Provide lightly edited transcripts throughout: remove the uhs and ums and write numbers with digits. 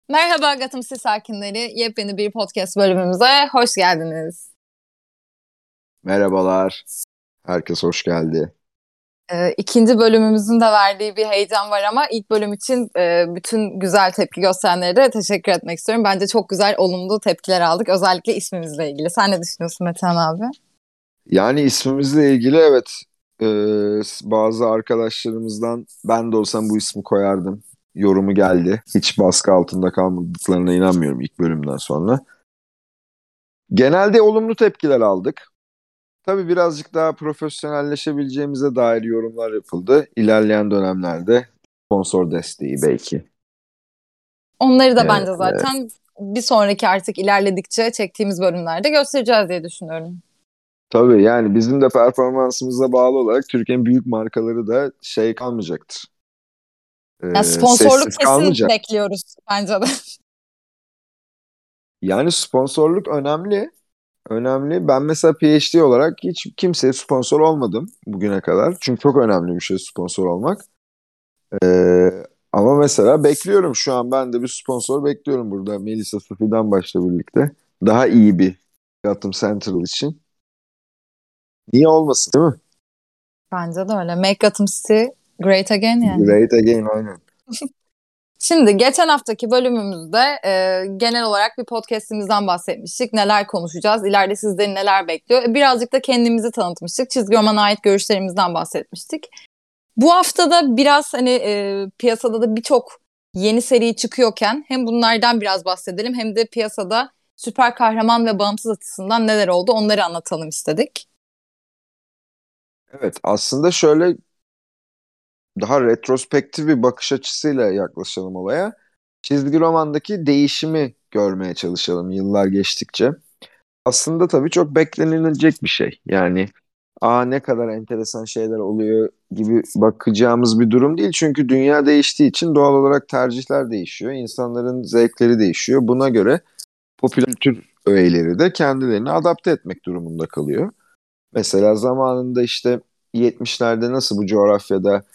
Merhaba Gotham City sakinleri. Yepyeni bir podcast bölümümüze hoş geldiniz. Merhabalar. Herkes hoş geldi. İkinci bölümümüzün de verdiği bir heyecan var ama ilk bölüm için bütün güzel tepki gösterenlere de teşekkür etmek istiyorum. Bence çok güzel, olumlu tepkiler aldık. Özellikle ismimizle ilgili. Sen ne düşünüyorsun Metehan abi? Yani ismimizle ilgili evet, bazı arkadaşlarımızdan ben de olsam bu ismi koyardım yorumu geldi. Hiç baskı altında kalmadıklarına inanmıyorum ilk bölümden sonra. Genelde olumlu tepkiler aldık. Tabii birazcık daha profesyonelleşebileceğimize dair yorumlar yapıldı. İlerleyen dönemlerde sponsor desteği belki. Onları da Ee, bence zaten bir sonraki artık ilerledikçe çektiğimiz bölümlerde göstereceğiz diye düşünüyorum. tabii yani bizim de performansımıza bağlı olarak Türkiye'nin büyük markaları da şey kalmayacaktır. Yani sponsorluk Sessiz kesin kalmayacak. bekliyoruz bence de. Yani sponsorluk önemli. Önemli. Ben mesela PhD olarak hiç kimseye sponsor olmadım bugüne kadar. Çünkü çok önemli bir şey sponsor olmak. Ee, Ama mesela bekliyorum şu an ben de bir sponsor bekliyorum burada Melisa Sıfı'dan başla birlikte. Daha iyi bir Gotham Central için. Niye olmasın değil mi? Bence de öyle. Make Gotham City great again yani. Great again aynen. Şimdi geçen haftaki bölümümüzde genel olarak bir podcastimizden bahsetmiştik. Neler konuşacağız, ileride sizleri neler bekliyor. Birazcık da kendimizi tanıtmıştık. Çizgi romana ait görüşlerimizden bahsetmiştik. Bu haftada biraz hani piyasada da birçok yeni seri çıkıyorken hem bunlardan biraz bahsedelim hem de piyasada süper kahraman ve bağımsız açısından neler oldu onları anlatalım istedik. Evet aslında şöyle daha retrospektif bir bakış açısıyla yaklaşalım olaya. Çizgi romandaki değişimi görmeye çalışalım yıllar geçtikçe. Aslında tabii çok beklenilecek bir şey. Yani ne kadar enteresan şeyler oluyor gibi bakacağımız bir durum değil. Çünkü dünya değiştiği için doğal olarak tercihler değişiyor. İnsanların zevkleri değişiyor. Buna göre popüler kültür öğeleri de kendilerini adapte etmek durumunda kalıyor. Mesela zamanında işte 70'lerde nasıl bu coğrafyada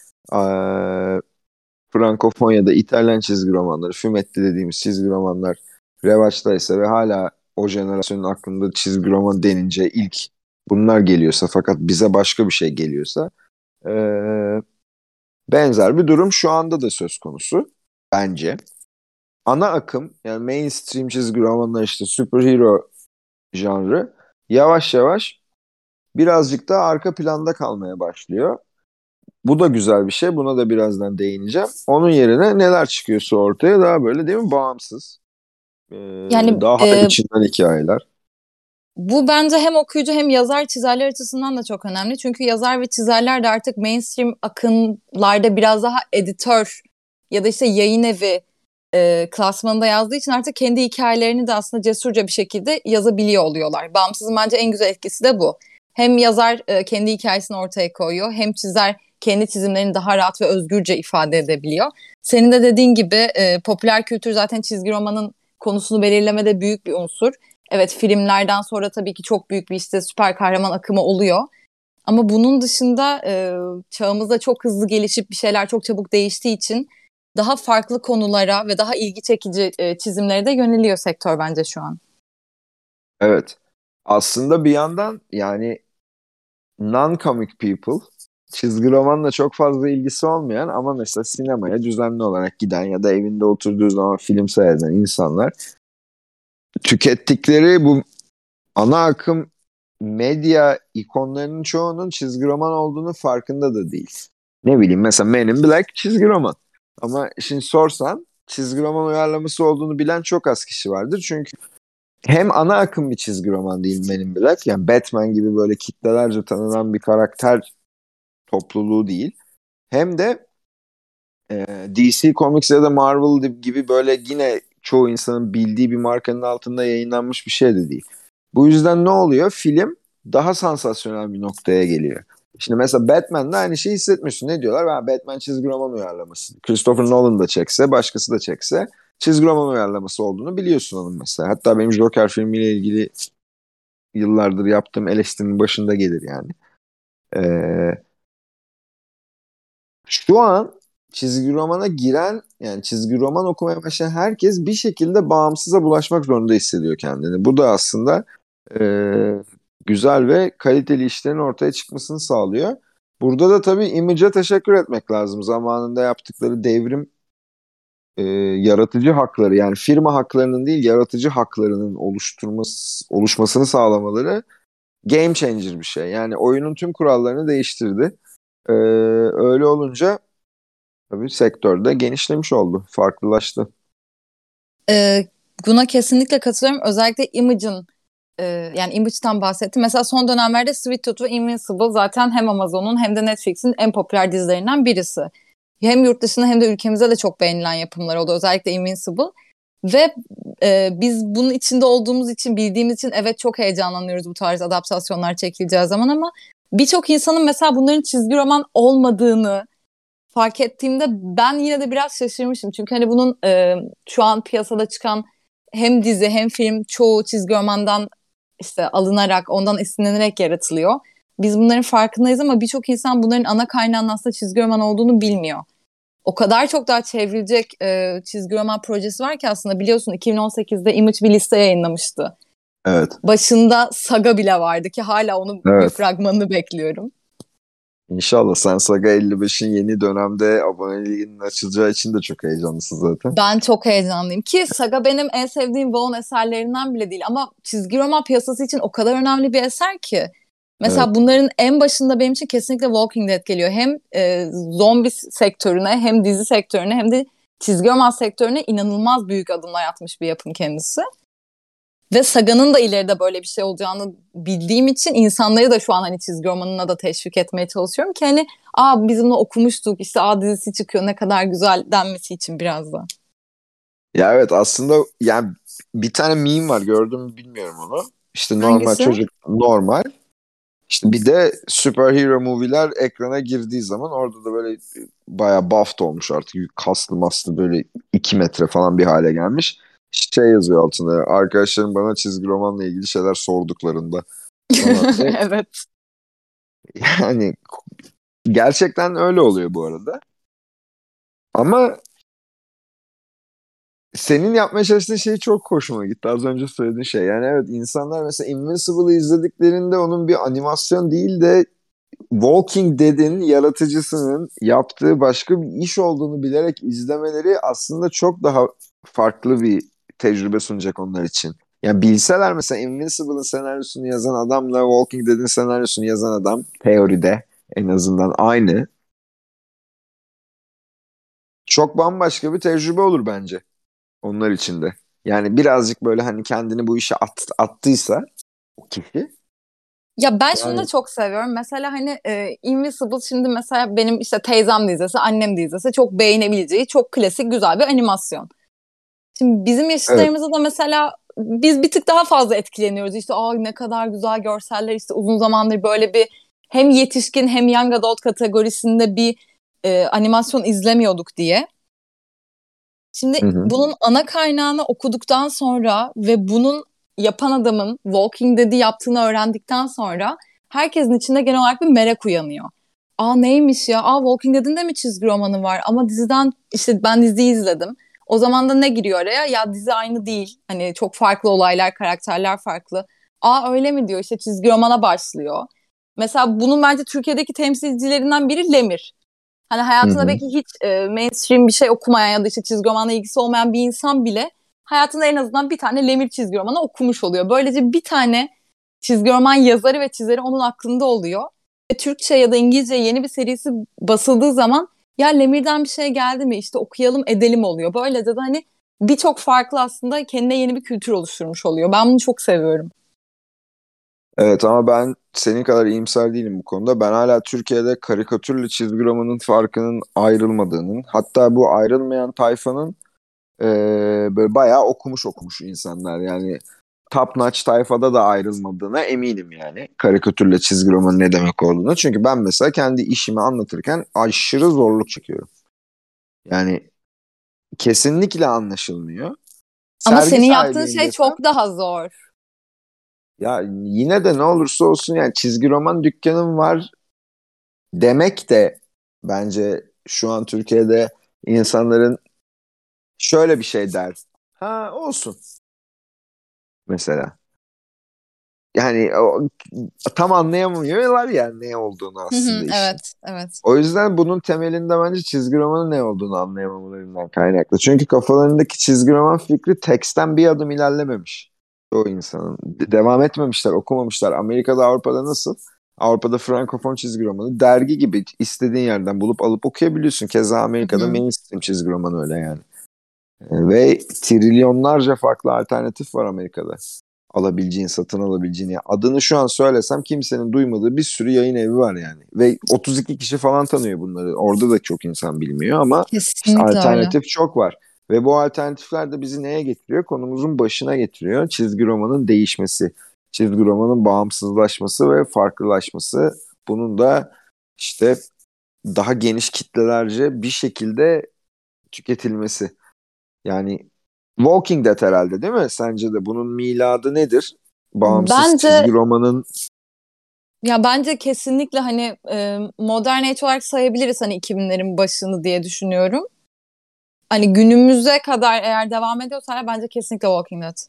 Frankofonya'da İtalyan çizgi romanları, fumetti dediğimiz çizgi romanlar revaçtaysa ve hala o jenerasyonun aklında çizgi roman denince ilk bunlar geliyorsa fakat bize başka bir şey geliyorsa eee, benzer bir durum şu anda da söz konusu bence. Ana akım yani mainstream çizgi romanlar işte superhero janrı yavaş yavaş birazcık daha arka planda kalmaya başlıyor. Bu da güzel bir şey. Buna da birazdan değineceğim. Onun yerine neler çıkıyorsa ortaya daha böyle değil mi? Bağımsız. Ee, Yani Daha içinden hikayeler. bu bence hem okuyucu hem yazar çizerler açısından da çok önemli. Çünkü yazar ve çizerler de artık mainstream akımlarda biraz daha editör ya da işte yayın evi klasmanında yazdığı için artık kendi hikayelerini de aslında cesurca bir şekilde yazabiliyor oluyorlar. Bağımsızın bence en güzel etkisi de bu. Hem yazar kendi hikayesini ortaya koyuyor hem çizer kendi çizimlerini daha rahat ve özgürce ifade edebiliyor. Senin de dediğin gibi popüler kültür zaten çizgi romanın konusunu belirlemede büyük bir unsur. Evet, filmlerden sonra tabii ki çok büyük bir işte süper kahraman akımı oluyor. Ama bunun dışında çağımızda çok hızlı gelişip bir şeyler çok çabuk değiştiği için daha farklı konulara ve daha ilgi çekici çizimlere de yöneliyor sektör bence şu an. Evet. Aslında bir yandan yani non-comic people çizgi romanla çok fazla ilgisi olmayan ama mesela sinemaya düzenli olarak giden ya da evinde oturduğu zaman film seyreden insanlar tükettikleri bu ana akım medya ikonlarının çoğunun çizgi roman olduğunu farkında da değil. Ne bileyim mesela Men in Black çizgi roman. Ama şimdi sorsan çizgi roman uyarlaması olduğunu bilen çok az kişi vardır. Çünkü hem ana akım bir çizgi roman değil Men in Black. Yani Batman gibi böyle kitlelerce tanınan bir karakter topluluğu değil. Hem de DC Comics ya da Marvel gibi böyle yine çoğu insanın bildiği bir markanın altında yayınlanmış bir şey de değil. Bu yüzden ne oluyor? Film daha sansasyonel bir noktaya geliyor. Şimdi mesela Batman'da aynı şeyi hissetmiyorsun. Ne diyorlar? Batman çizgi roman uyarlaması. Christopher Nolan da çekse, başkası da çekse çizgi roman uyarlaması olduğunu biliyorsun onun mesela. Hatta benim Joker filmiyle ilgili yıllardır yaptığım eleştirinin başında gelir yani. Şu an çizgi romana giren yani çizgi roman okumaya başlayan herkes bir şekilde bağımsıza bulaşmak zorunda hissediyor kendini. Bu da aslında e, güzel ve kaliteli işlerin ortaya çıkmasını sağlıyor. Burada da tabii Image'a teşekkür etmek lazım. Zamanında yaptıkları devrim, yaratıcı hakları, yani firma haklarının değil yaratıcı haklarının oluşmasını sağlamaları game changer bir şey. Yani oyunun tüm kurallarını değiştirdi. Öyle olunca tabii sektörde genişlemiş oldu, farklılaştı. Buna kesinlikle katılıyorum. Özellikle Image'ın yani Image'dan bahsettim. Mesela son dönemlerde Sweet Tooth ve Invincible zaten hem Amazon'un hem de Netflix'in en popüler dizilerinden birisi. Hem yurt dışında hem de ülkemizde de çok beğenilen yapımlar oldu. Özellikle Invincible. Ve biz bunun içinde olduğumuz için, bildiğimiz için evet çok heyecanlanıyoruz bu tarz adaptasyonlar çekileceği zaman ama birçok insanın mesela bunların çizgi roman olmadığını fark ettiğimde ben yine de biraz şaşırmışım. Çünkü hani bunun şu an piyasada çıkan hem dizi hem film çoğu çizgi romandan işte alınarak, ondan esinlenerek yaratılıyor. Biz bunların farkındayız ama birçok insan bunların ana kaynağının aslında çizgi roman olduğunu bilmiyor. O kadar çok daha çevrilecek çizgi roman projesi var ki aslında biliyorsun 2018'de Image bir liste yayınlamıştı. Evet. Başında Saga bile vardı ki hala onun bir Evet. fragmanını bekliyorum. İnşallah sen Saga 55'in yeni dönemde aboneliğinin açılacağı için de çok heyecanlısın zaten. Ben çok heyecanlıyım ki Saga benim en sevdiğim Vaughn eserlerinden bile değil ama çizgi roman piyasası için o kadar önemli bir eser ki. Mesela Evet. bunların en başında benim için kesinlikle Walking Dead geliyor. Hem zombi sektörüne hem dizi sektörüne hem de çizgi roman sektörüne inanılmaz büyük adımlar atmış bir yapım kendisi. Ve Saga'nın da ileride böyle bir şey olacağını bildiğim için insanları da şu an hani çizgi romanına da teşvik etmeye çalışıyorum ki hani biz bunu okumuştuk işte dizisi çıkıyor ne kadar güzel denmesi için biraz da. Ya evet, aslında yani bir tane meme var, gördüm mü bilmiyorum onu. İşte normal Hangisi? çocuk normal. İşte bir de superhero movie'ler ekrana girdiği zaman orada da böyle bayağı buffed olmuş artık. Kaslı maslı böyle 2 metre falan bir hale gelmiş. Şey yazıyor altında: arkadaşlarım bana çizgi romanla ilgili şeyler sorduklarında falan diye. Evet. Yani gerçekten öyle oluyor bu arada. Ama senin yapmaya çalıştığın şey çok hoşuma gitti. Az önce söylediğin şey. Yani evet, insanlar mesela Invincible'ı izlediklerinde onun bir animasyon değil de Walking Dead'in yaratıcısının yaptığı başka bir iş olduğunu bilerek izlemeleri aslında çok daha farklı bir tecrübe sunacak onlar için. Yani bilseler mesela Invincible'ın senaryosunu yazan adamla Walking Dead'in senaryosunu yazan adam teoride en azından aynı. Çok bambaşka bir tecrübe olur bence onlar için de. Yani birazcık böyle hani kendini bu işe attıysa o kişi. Ya ben şunu da Yani çok seviyorum. Mesela hani Invisible şimdi mesela benim işte teyzem de izlese, annem de izlese çok beğenebileceği çok klasik güzel bir animasyon. Şimdi bizim evet. yaşıtlarımızda da mesela biz bir tık daha fazla etkileniyoruz. İşte ne kadar güzel görseller işte uzun zamandır böyle bir hem yetişkin hem young adult kategorisinde bir animasyon izlemiyorduk diye. Şimdi Hı hı. bunun ana kaynağını okuduktan sonra ve bunun yapan adamın Walking Dead'i yaptığını öğrendikten sonra herkesin içinde genel olarak bir merak uyanıyor. Neymiş ya? Walking Dead'in de mi çizgi romanı var? Ama diziden işte ben diziyi izledim. O zaman da ne giriyor araya? Ya dizi aynı değil. Hani çok farklı olaylar, karakterler farklı. Öyle mi diyor? İşte çizgi romana başlıyor. Mesela bunun bence Türkiye'deki temsilcilerinden biri Lemir. Hani Hı hayatında hı. belki hiç mainstream bir şey okumayan ya da işte çizgi romanla ilgisi olmayan bir insan bile hayatında en azından bir tane Lemir çizgi romanı okumuş oluyor. Böylece bir tane çizgi roman yazarı ve çizeri onun aklında oluyor. Ve Türkçe ya da İngilizce yeni bir serisi basıldığı zaman ya Lemir'den bir şey geldi mi işte okuyalım edelim oluyor. Böylece de hani birçok farklı aslında kendine yeni bir kültür oluşturmuş oluyor. Ben bunu çok seviyorum. Evet, ama ben senin kadar iyimser değilim bu konuda. Ben hala Türkiye'de karikatürle çizgi romanın farkının ayrılmadığının, hatta bu ayrılmayan tayfanın böyle bayağı okumuş insanlar. Yani top notch tayfada da ayrılmadığına eminim yani. Karikatürle çizgi romanın ne demek olduğunu. Çünkü ben mesela kendi işimi anlatırken aşırı zorluk çekiyorum. Yani kesinlikle anlaşılmıyor. Ama Sergi senin yaptığın şey sahibiyim. çok daha zor. Ya yine de ne olursa olsun yani çizgi roman dükkanım var demek de bence şu an Türkiye'de insanların şöyle bir şey der. Ha olsun mesela. Yani tam anlayamıyorlar ya ne olduğunu Hı hı, aslında işin. evet, evet. O yüzden bunun temelinde bence çizgi romanın ne olduğunu anlayamamalarından kaynaklı. Çünkü kafalarındaki çizgi roman fikri teksten bir adım ilerlememiş. O insanın. Devam etmemişler, okumamışlar. Amerika'da, Avrupa'da nasıl? Avrupa'da Frankofon çizgi romanı dergi gibi istediğin yerden bulup alıp okuyabiliyorsun. Keza Hı Amerika'da hı. mainstream çizgi romanı öyle yani. Ve trilyonlarca farklı alternatif var Amerika'da. Alabileceğin, satın alabileceğin. Yani adını şu an söylesem kimsenin duymadığı bir sürü yayın evi var yani. Ve 32 kişi falan tanıyor bunları. Orada da çok insan bilmiyor ama işte Kesinlikle öyle. alternatif çok var. Ve bu alternatifler de bizi neye getiriyor? Konumuzun başına getiriyor. Çizgi romanın değişmesi. Çizgi romanın bağımsızlaşması ve farklılaşması. Bunun da işte daha geniş kitlelerce bir şekilde tüketilmesi. Yani Walking Dead herhalde değil mi? Sence de bunun miladı nedir? Bağımsız Bence çizgi romanın. bence kesinlikle hani Modern Age olarak sayabiliriz hani 2000'lerin başını diye düşünüyorum. Hani günümüze kadar eğer devam ediyorsa hala bence kesinlikle Walking Dead.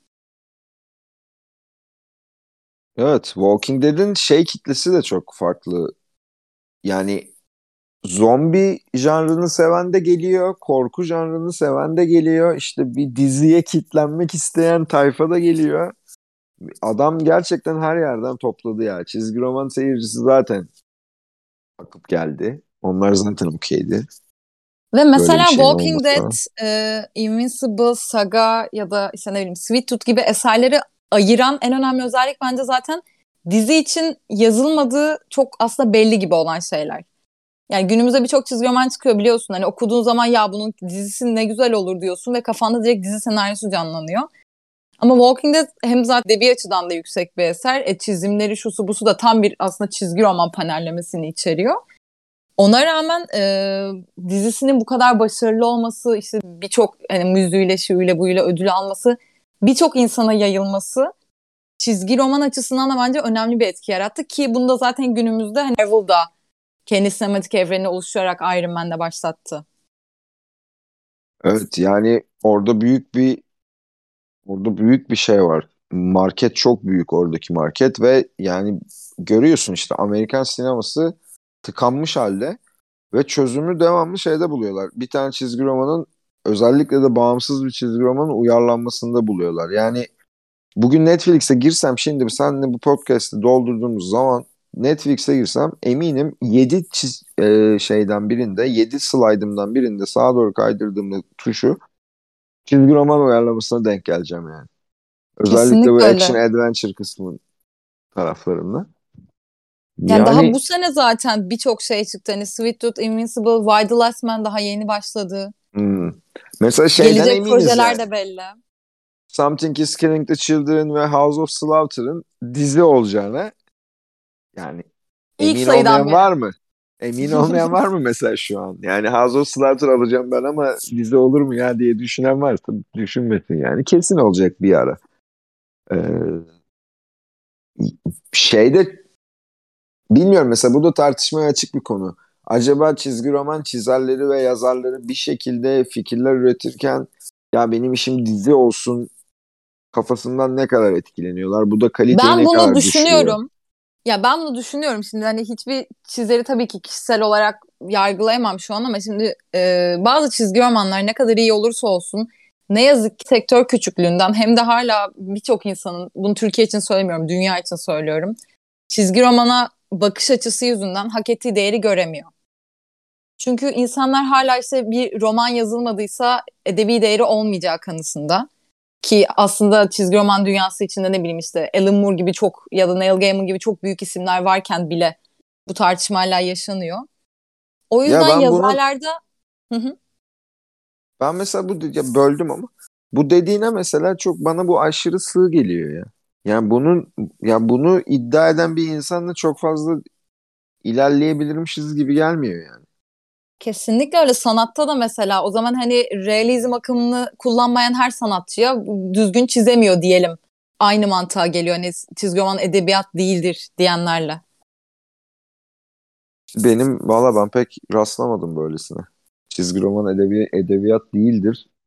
Evet, Walking Dead'in kitlesi de çok farklı. Yani zombi janrını seven de geliyor, korku janrını seven de geliyor. İşte bir diziye kitlenmek isteyen tayfa da geliyor. Adam gerçekten her yerden topladı ya. Çizgi roman seyircisi zaten akıp geldi. Onlar zaten okeydi. Ve Böyle bir mesela şeyin Walking olması. Dead, Invincible, Saga ya da işte ne bileyim Sweet Tooth gibi eserleri ayıran en önemli özellik bence zaten dizi için yazılmadığı çok aslında belli gibi olan şeyler. Yani günümüzde birçok çizgi roman çıkıyor biliyorsun. Hani okuduğun zaman ya bunun dizisi ne güzel olur diyorsun ve kafanda direkt dizi senaryosu canlanıyor. Ama Walking Dead hem zaten edebi açıdan da yüksek bir eser. Çizimleri şusu busu da tam bir aslında çizgi roman panellemesini içeriyor. Ona rağmen dizisinin bu kadar başarılı olması, işte birçok hani müziğiyle, şuyla buyla ödül alması, birçok insana yayılması çizgi roman açısından da bence önemli bir etki yarattı ki bunu da zaten günümüzde hani Marvel'da kendi sinematik evrenini oluşturarak Iron Man'de başlattı. Evet yani orada büyük bir şey var. Market çok büyük oradaki market ve yani görüyorsun işte Amerikan sineması tıkanmış halde ve çözümü devamlı şeyde buluyorlar. Bir tane çizgi romanın özellikle de bağımsız bir çizgi romanın uyarlanmasında buluyorlar. Yani bugün Netflix'e girsem şimdi senle bu podcast'i doldurduğumuz zaman Netflix'e girsem eminim 7 şeyden birinde 7 slide'ımdan birinde sağa doğru kaydırdığımda tuşu çizgi roman uyarlamasına denk geleceğim yani. Özellikle bu Kesinlikle action öyle. adventure kısmının taraflarında. Yani daha Yani bu sene zaten birçok şey çıktı. Hani Sweet Tooth, Invincible, Why the Last Man daha yeni başladı. hmm. Mesela şeyden Gelecek eminiz projeler yani. de belli. Something is Killing the Children ve House of Slaughter'ın dizi olacağına yani İlk emin sayıdan olmayan beri. var mı? Emin olmayan var mı mesela şu an? Yani House of Slaughter alacağım ben ama dizi olur mu ya diye düşünen varsa düşünmesin yani. Kesin olacak bir ara. Ee, şeyde bilmiyorum mesela bu da tartışmaya açık bir konu. Acaba çizgi roman çizerleri ve yazarları bir şekilde fikirler üretirken ya benim işim dizi olsun kafasından ne kadar etkileniyorlar? Bu da kaliteyi Ben ne bunu kadar düşürüyor? düşünüyorum. Ya ben bunu düşünüyorum şimdi hani hiçbir çizeri tabii ki kişisel olarak yargılayamam şu an ama şimdi bazı çizgi romanlar ne kadar iyi olursa olsun ne yazık ki sektör küçüklüğünden hem de hala birçok insanın bunu Türkiye için söylemiyorum dünya için söylüyorum çizgi romana bakış açısı yüzünden hak ettiği değeri göremiyor. Çünkü insanlar hala işte bir roman yazılmadıysa edebi değeri olmayacağı kanısında. Ki aslında çizgi roman dünyası içinde ne bileyim işte Alan Moore gibi çok ya da Neil Gaiman gibi çok büyük isimler varken bile bu tartışma hala yaşanıyor. O Ya yüzden ben bunun yazarlarda hı hı, ben mesela ya böldüm ama bu dediğine mesela çok bana bu aşırı sığ geliyor ya. Yani bunu iddia eden bir insanla çok fazla ilerleyebilirmişiz gibi gelmiyor yani. kesinlikle öyle sanatta da mesela o zaman hani realizm akımını kullanmayan her sanatçıya düzgün çizemiyor diyelim. Aynı mantığa geliyor hani çizgi roman edebiyat değildir diyenlerle. Ben pek rastlamadım böylesine. Çizgi roman edebiyat değildir.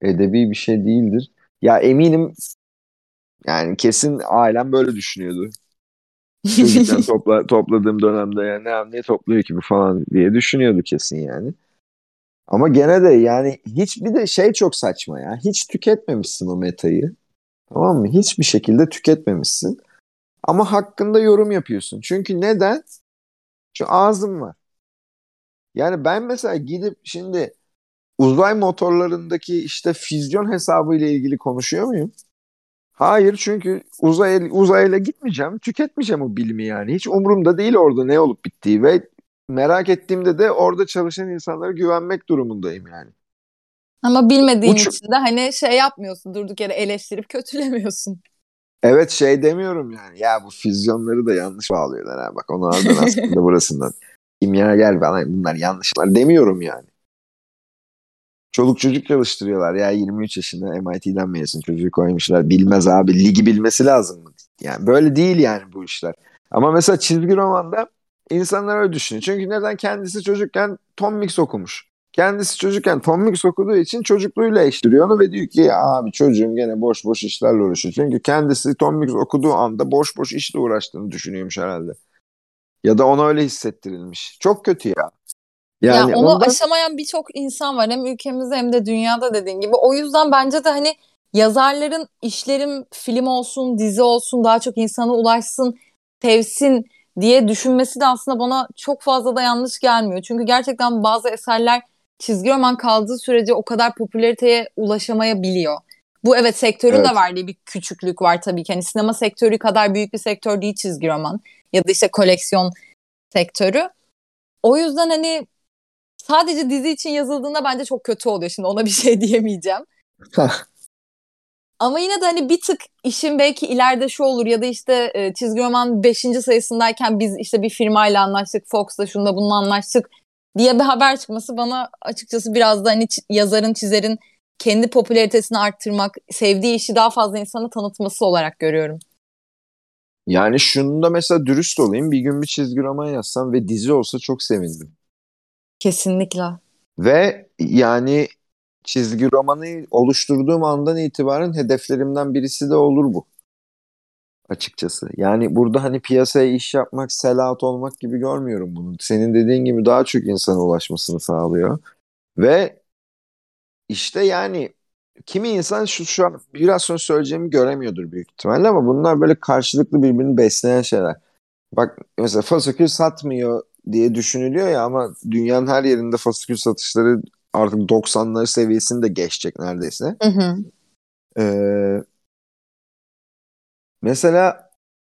edebi bir şey değildir. Ya eminim yani kesin ailem böyle düşünüyordu. Çocukken topladığım dönemde yani ne topluyor ki bu falan diye düşünüyordu kesin yani. Ama gene de yani hiçbir de şey çok saçma ya. Hiç tüketmemişsin o metayı. Tamam mı? Hiçbir şekilde tüketmemişsin. Ama hakkında yorum yapıyorsun. Çünkü neden? Çünkü ağzım var. Yani ben mesela gidip şimdi uzay motorlarındaki işte füzyon hesabı ile ilgili konuşuyor muyum? Hayır, çünkü uzayla gitmeyeceğim, tüketmeyeceğim o bilimi yani. Hiç umurumda değil orada ne olup bittiği ve merak ettiğimde de orada çalışan insanlara güvenmek durumundayım yani. Ama bilmediğin Uç, için de hani şey yapmıyorsun, durduk yere eleştirip kötülemiyorsun. evet şey demiyorum yani. Ya bu füzyonları da yanlış bağlıyorlar ha. Bak onu oradan aslında burasından. Kimyager falan bunlar yanlışlar demiyorum yani. Çoluk çocuk çalıştırıyorlar ya 23 yaşında MIT'den mezun çocuğu koymuşlar. Bilmez abi ligi bilmesi lazım mı? Yani böyle değil yani bu işler. Ama mesela çizgi romanda insanlar öyle düşünüyor. Çünkü neden? Kendisi çocukken Tom Mix okumuş. Kendisi çocukken Tom Mix okuduğu için çocukluğuyla eşliyor onu ve diyor ki ya abi çocuğum gene boş boş işlerle uğraşıyor. Çünkü kendisi Tom Mix okuduğu anda boş boş işle uğraştığını düşünüyormuş herhalde. Ya da ona öyle hissettirilmiş. Çok kötü ya. Ya Yani onu ondan aşamayan birçok insan var hem ülkemizde hem de dünyada dediğin gibi. O yüzden bence de hani yazarların işlerim film olsun, dizi olsun daha çok insana ulaşsın, sevsin diye düşünmesi de aslında bana çok fazla da yanlış gelmiyor. Çünkü gerçekten bazı eserler çizgi roman kaldığı sürece o kadar popülariteye ulaşamayabiliyor. Bu evet sektörün de evet. verdiği bir küçüklük var tabii ki. Hani sinema sektörü kadar büyük bir sektör değil çizgi roman ya da işte koleksiyon sektörü. O yüzden hani sadece dizi için yazıldığında bence çok kötü oluyor. Şimdi ona bir şey diyemeyeceğim. Ama yine de hani bir tık işin belki ileride şu olur ya da işte çizgi roman 5. sayısındayken biz işte bir firmayla anlaştık, Fox'la şunda bununla anlaştık diye bir haber çıkması bana açıkçası biraz da hani yazarın, çizerin kendi popülaritesini arttırmak, sevdiği işi daha fazla insana tanıtması olarak görüyorum. Yani şunu da mesela dürüst olayım. Bir gün bir çizgi roman yazsam ve dizi olsa çok sevindim. Kesinlikle. Ve yani çizgi romanı oluşturduğum andan itibaren hedeflerimden birisi de olur bu açıkçası. Yani burada hani piyasaya iş yapmak, sell out olmak gibi görmüyorum bunu. Senin dediğin gibi daha çok insana ulaşmasını sağlıyor. Ve işte yani kimi insan şu an biraz sonra söyleyeceğimi göremiyordur büyük ihtimalle ama bunlar böyle karşılıklı birbirini besleyen şeyler. Bak mesela fasikül satmıyor diye düşünülüyor ya ama dünyanın her yerinde fasikül satışları artık 90'ları seviyesini de geçecek neredeyse. Hı hı. Ee, mesela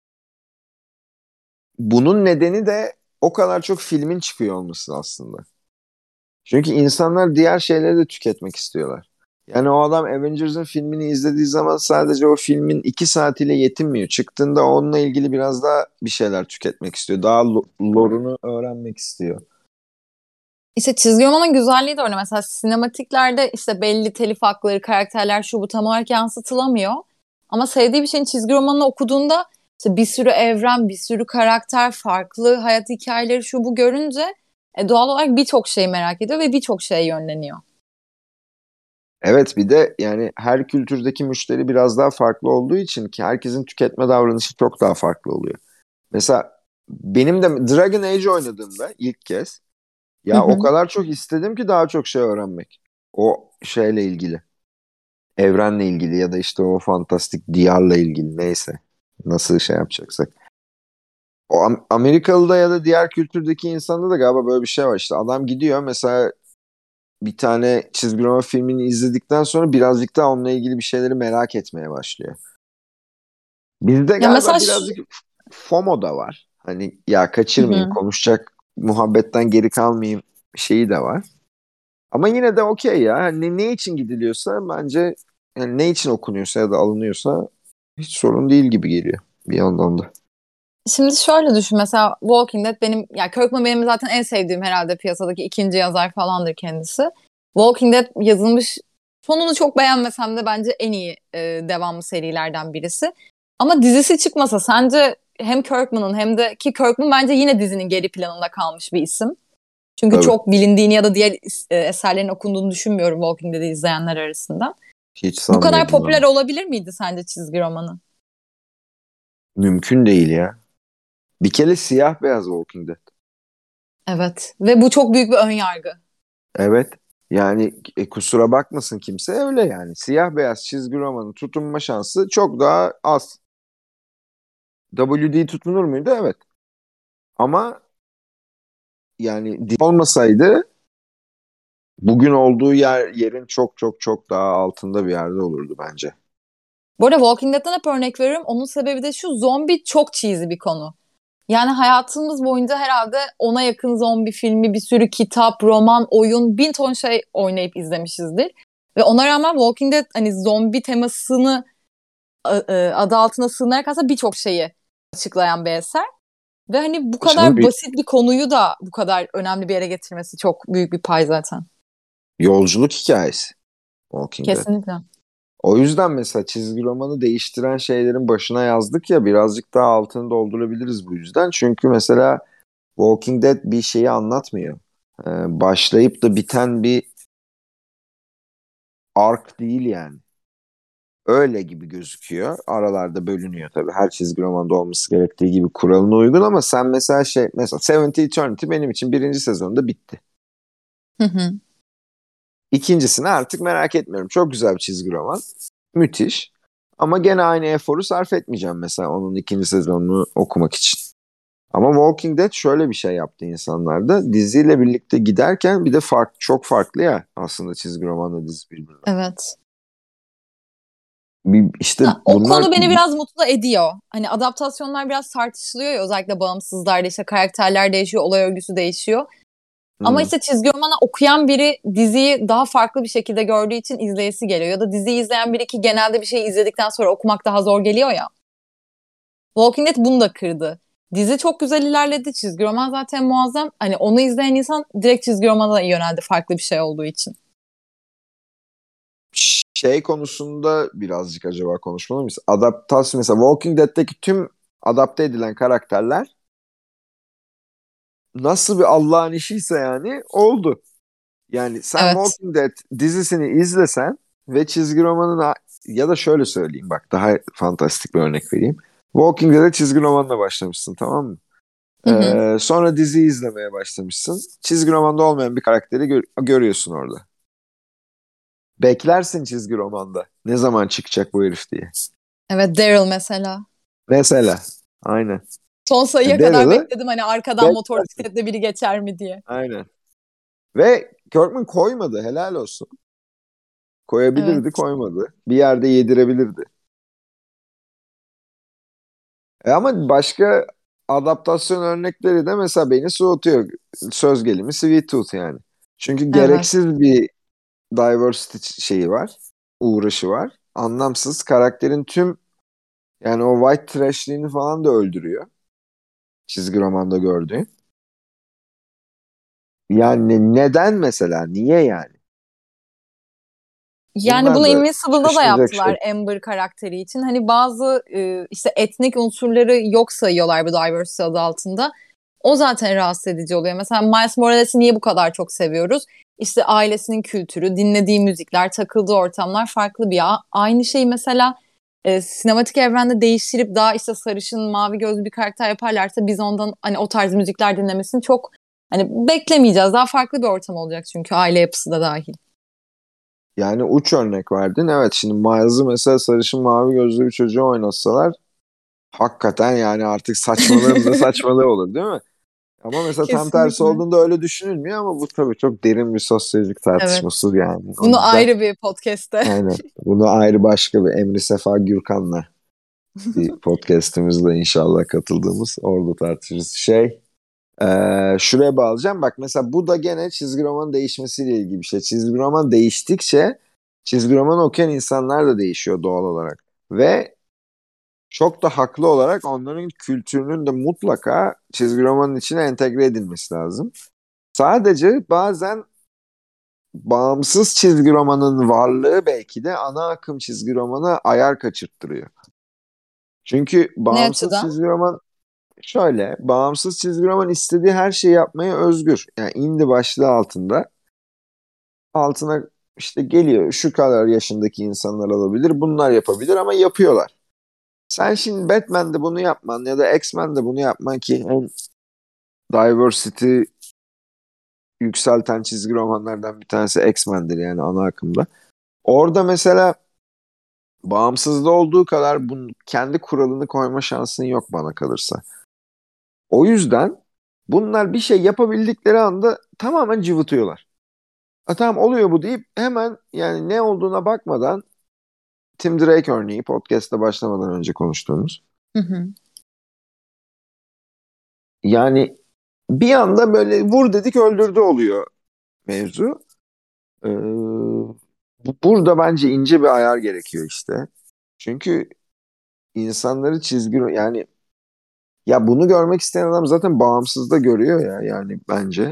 bunun nedeni de o kadar çok filmin çıkıyor olması aslında. Çünkü insanlar diğer şeyleri de tüketmek istiyorlar. Yani o adam Avengers'ın filmini izlediği zaman sadece o filmin 2 saatiyle yetinmiyor. Çıktığında onunla ilgili biraz daha bir şeyler tüketmek istiyor. Daha lore'unu öğrenmek istiyor. İşte çizgi romanın güzelliği de öyle. Mesela sinematiklerde işte belli telif hakları, karakterler şu bu tam olarak yansıtılamıyor. Ama sevdiği bir şeyin çizgi romanını okuduğunda işte bir sürü evren, bir sürü karakter, farklı hayat hikayeleri şu bu görünce doğal olarak birçok şeyi merak ediyor ve birçok şeye yönleniyor. Evet bir de yani her kültürdeki müşteri biraz daha farklı olduğu için ki herkesin tüketme davranışı çok daha farklı oluyor. Mesela benim de Dragon Age oynadığımda ilk kez Hı ya o hı. kadar çok istedim ki daha çok şey öğrenmek. O şeyle ilgili. Evrenle ilgili ya da işte o fantastik diyarla ilgili neyse. Nasıl şey yapacaksak. O Amerikalı'da ya da diğer kültürdeki insanda da galiba böyle bir şey var. İşte adam gidiyor mesela bir tane çizgi roman filmini izledikten sonra birazcık daha onunla ilgili bir şeyleri merak etmeye başlıyor. Bizde Ya mesela galiba birazcık FOMO da var. Hani ya hı kaçırmayayım, hı. konuşacak muhabbetten geri kalmayayım şeyi de var. Ama yine de okey ya. Hani ne için gidiliyorsa bence yani ne için okunuyorsa ya da alınıyorsa hiç sorun değil gibi geliyor bir yandan da. Şimdi şöyle düşün mesela Walking Dead benim ya Kirkman benim zaten en sevdiğim herhalde piyasadaki ikinci yazar falandır kendisi. Walking Dead yazılmış sonunu çok beğenmesem de bence en iyi devamlı serilerden birisi. Ama dizisi çıkmasa sence hem Kirkman'ın hem de ki Kirkman bence yine dizinin geri planında kalmış bir isim. Çünkü Tabii. çok bilindiğini ya da diğer eserlerin okunduğunu düşünmüyorum Walking Dead'i izleyenler arasında. Hiç Bu kadar sanmıyorum popüler ben. olabilir miydi sence çizgi romanı? Mümkün değil ya. Bir kere siyah beyaz Walking Dead. Evet. Ve bu çok büyük bir ön yargı. Evet. Yani kusura bakmasın kimse öyle yani. Siyah beyaz çizgi romanın tutunma şansı çok daha az. WD tutunur muydu? Evet. Ama yani olmasaydı bugün olduğu yerin çok çok çok daha altında bir yerde olurdu bence. Bu arada Walking Dead'den hep örnek veriyorum. Onun sebebi de şu, zombi çok cheesy bir konu. Yani hayatımız boyunca herhalde ona yakın zombi filmi, bir sürü kitap, roman, oyun, bin ton şey oynayıp izlemişizdir. Ve ona rağmen Walking Dead hani zombi temasını adı altına sığınarak aslında birçok şeyi açıklayan bir eser. Ve hani bu Canım kadar basit bir konuyu da bu kadar önemli bir yere getirmesi çok büyük bir pay zaten. yolculuk hikayesi Walking Dead. Kesinlikle. O yüzden mesela çizgi romanı değiştiren şeylerin başına yazdık ya birazcık daha altını doldurabiliriz bu yüzden. Çünkü mesela Walking Dead bir şeyi anlatmıyor. Başlayıp da biten bir ark değil yani. Öyle gibi gözüküyor. Aralarda bölünüyor tabii. Her çizgi romanda olması gerektiği gibi kuralına uygun ama sen mesela mesela Seventh Eternity benim için birinci sezonda bitti. Hı hı. İkincisini artık merak etmiyorum. Çok güzel bir çizgi roman. Müthiş. Ama gene aynı eforu sarf etmeyeceğim mesela onun ikinci sezonunu okumak için. Ama Walking Dead şöyle bir şey yaptı insanlarda. Diziyle birlikte giderken bir de çok farklı ya aslında çizgi romanla dizi birbirinden. Evet. İşte Ha, o bunlar konu beni biraz mutlu ediyor. Hani adaptasyonlar biraz tartışılıyor ya, özellikle bağımsızlarda işte karakterler değişiyor, olay örgüsü değişiyor. Ama hmm, işte çizgi romanı okuyan biri diziyi daha farklı bir şekilde gördüğü için izleyesi geliyor. Ya da diziyi izleyen biri ki genelde bir şeyi izledikten sonra okumak daha zor geliyor ya. Walking Dead bunu da kırdı. Dizi çok güzel ilerledi. Çizgi roman zaten muazzam. Hani onu izleyen insan direkt çizgi romana yöneldi farklı bir şey olduğu için. şey konusunda birazcık acaba konuşmalı mıyız? Adaptasyon mesela Walking Dead'teki tüm adapte edilen karakterler nasıl bir Allah'ın işiyse yani oldu. Yani sen Evet. Walking Dead dizisini izlesen ve çizgi romanına ya da şöyle söyleyeyim bak daha fantastik bir örnek vereyim. Walking Dead'e çizgi romanla başlamışsın tamam mı? Hı hı. Sonra diziyi izlemeye başlamışsın. Çizgi romanda olmayan bir karakteri görüyorsun orada. Beklersin çizgi romanda. Ne zaman çıkacak bu herif diye. Evet, Daryl mesela. Mesela. Aynen. Son sayıya kadar Daryl'ı bekledim hani arkadan beklersin. motosikletle biri geçer mi diye. Aynen. Ve Kirkman koymadı. Helal olsun. Koyabilirdi, Evet. koymadı. Bir yerde yedirebilirdi. Ama başka adaptasyon örnekleri de mesela beni soğutuyor. Söz gelimi Sweet Tooth yani. Çünkü Evet. gereksiz bir diversity şeyi var. Uğraşı var. Anlamsız. Karakterin tüm yani o white trash'liğini falan da öldürüyor. Çizgi romanda gördüğün. Yani neden mesela? Niye yani? Yani Bunlar bunu da Invincible'da da şaşılacak yaptılar şey. Amber karakteri için. Hani bazı işte etnik unsurları yok sayıyorlar bu diversity adı altında. O zaten rahatsız edici oluyor. Mesela Miles Morales'i niye bu kadar çok seviyoruz? İşte ailesinin kültürü, dinlediği müzikler, takıldığı ortamlar farklı bir ya. Aynı şeyi mesela sinematik evrende değiştirip daha işte sarışın, mavi gözlü bir karakter yaparlarsa biz ondan hani o tarz müzikler dinlemesini çok hani beklemeyeceğiz. Daha farklı bir ortam olacak çünkü aile yapısı da dahil. Yani uç örnek verdin. Evet şimdi Miles'ı mesela sarışın mavi gözlü bir çocuğu oynatsalar hakikaten yani artık saçmalığın da saçmalığı olur değil mi? Ama mesela tam tersi Kesinlikle. olduğunda öyle düşünülmüyor ama bu tabii çok derin bir sosyolojik Evet. tartışması yani. O Bunu yüzden ayrı bir podcast'te. aynen. Bunu ayrı başka bir Emre Sefa Gürkan'la bir podcast'imizde inşallah katıldığımız orada tartışırız. Şuraya bağlayacağım. Bak mesela bu da gene çizgi romanın değişmesiyle ilgili bir şey. Çizgi roman değiştikçe çizgi roman okuyan insanlar da değişiyor doğal olarak. Ve çok da haklı olarak onların kültürünün de mutlaka çizgi romanın içine entegre edilmesi lazım. Sadece bazen bağımsız çizgi romanın varlığı belki de ana akım çizgi romana ayar kaçırttırıyor. Çünkü Ne bağımsız açıdan? çizgi roman şöyle, bağımsız çizgi roman istediği her şeyi yapmaya özgür. Yani indie başlığı altında altına işte geliyor şu kadar yaşındaki insanlar alabilir, bunlar yapabilir ama yapıyorlar. Sen şimdi Batman'de bunu yapman ya da X-Men'de bunu yapman ki en diversity yükselten çizgi romanlardan bir tanesi X-Men'dir yani ana akımda. Orada mesela bağımsızda olduğu kadar kendi kuralını koyma şansın yok bana kalırsa. O yüzden bunlar bir şey yapabildikleri anda tamamen cıvıtıyorlar. Tamam oluyor bu deyip hemen yani ne olduğuna bakmadan Tim Drake örneği podcast'ta başlamadan önce konuştuğumuz. Hı hı. Yani bir anda böyle vur dedik öldürdü oluyor mevzu. Ee, burada bence ince bir ayar gerekiyor işte. Çünkü insanları yani ya bunu görmek isteyen adam zaten bağımsız da görüyor ya yani bence.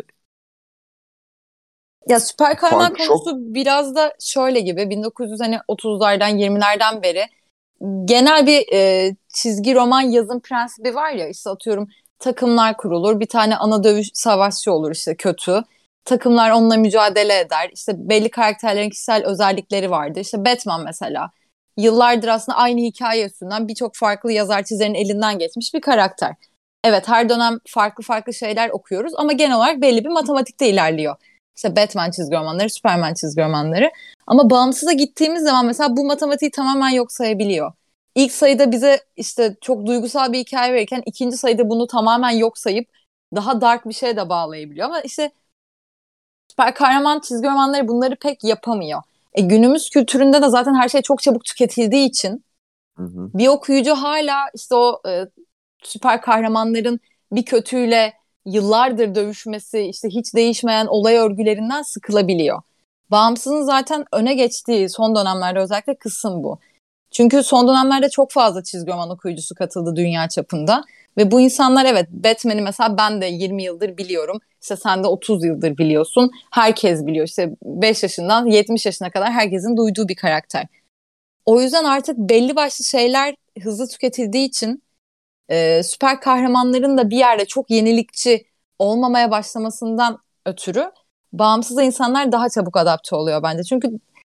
Ya süper kahraman Fark konusu çok. biraz da şöyle gibi 1930'lardan 20'lerden beri genel bir çizgi roman yazım prensibi var ya, işte atıyorum takımlar kurulur, bir tane ana dövüş savaşçı olur işte kötü. Takımlar onunla mücadele eder. İşte belli karakterlerin kişisel özellikleri vardır. İşte Batman mesela yıllardır aslında aynı hikaye üstünden birçok farklı yazar çizerin elinden geçmiş bir karakter. Evet, her dönem farklı farklı şeyler okuyoruz ama genel olarak belli bir matematikte ilerliyor. İşte Batman çizgi romanları, Superman çizgi romanları. Ama bağımsıza gittiğimiz zaman mesela bu matematiği tamamen yok sayabiliyor. İlk sayıda bize işte çok duygusal bir hikaye verirken ikinci sayıda bunu tamamen yok sayıp daha dark bir şeye de bağlayabiliyor. Ama işte süper kahraman çizgi romanları bunları pek yapamıyor. Günümüz kültüründe de zaten her şey çok çabuk tüketildiği için Hı hı. bir okuyucu hala işte o süper kahramanların bir kötüyle yıllardır dövüşmesi, işte hiç değişmeyen olay örgülerinden sıkılabiliyor. Bağımsızın zaten öne geçtiği son dönemlerde özellikle kısım bu. Çünkü son dönemlerde çok fazla çizgi roman okuyucusu katıldı dünya çapında. Ve bu insanlar, evet, Batman'i mesela ben de 20 yıldır biliyorum. İşte sen de 30 yıldır biliyorsun. Herkes biliyor. İşte 5 yaşından 70 yaşına kadar herkesin duyduğu bir karakter. O yüzden artık belli başlı şeyler hızlı tüketildiği için süper kahramanların da bir yerde çok yenilikçi olmamaya başlamasından ötürü bağımsız insanlar daha çabuk adapte oluyor bence. Çünkü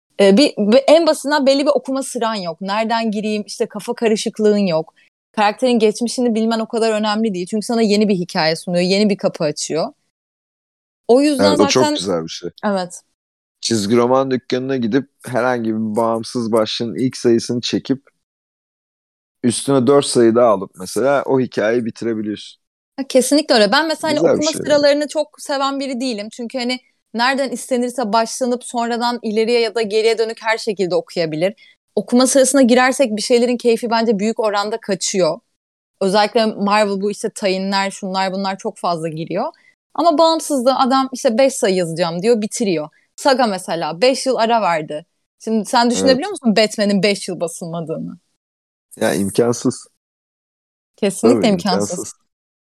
en basitinden belli bir okuma sıran yok. Nereden gireyim, işte kafa karışıklığın yok. Karakterin geçmişini bilmen o kadar önemli değil. Çünkü sana yeni bir hikaye sunuyor, yeni bir kapı açıyor. O yüzden Evet o çok zaten güzel bir şey. evet. Çizgi roman dükkanına gidip herhangi bir bağımsız başlığın ilk sayısını çekip üstüne 4 sayı daha alıp mesela o hikayeyi bitirebiliyorsun. Kesinlikle öyle. Ben mesela hani Güzel bir okuma şey. sıralarını çok seven biri değilim. Çünkü hani nereden istenirse başlanıp sonradan ileriye ya da geriye dönük her şekilde okuyabilir. Okuma sırasına girersek bir şeylerin keyfi bence büyük oranda kaçıyor. Özellikle Marvel bu işte tayinler, şunlar bunlar çok fazla giriyor. Ama bağımsızlığı adam işte 5 sayı yazacağım diyor, bitiriyor. Saga mesela 5 yıl ara verdi. Şimdi sen düşünebiliyor Evet. musun Batman'in 5 yıl basılmadığını? Ya imkansız. Kesinlikle Tabii imkansız. imkansız.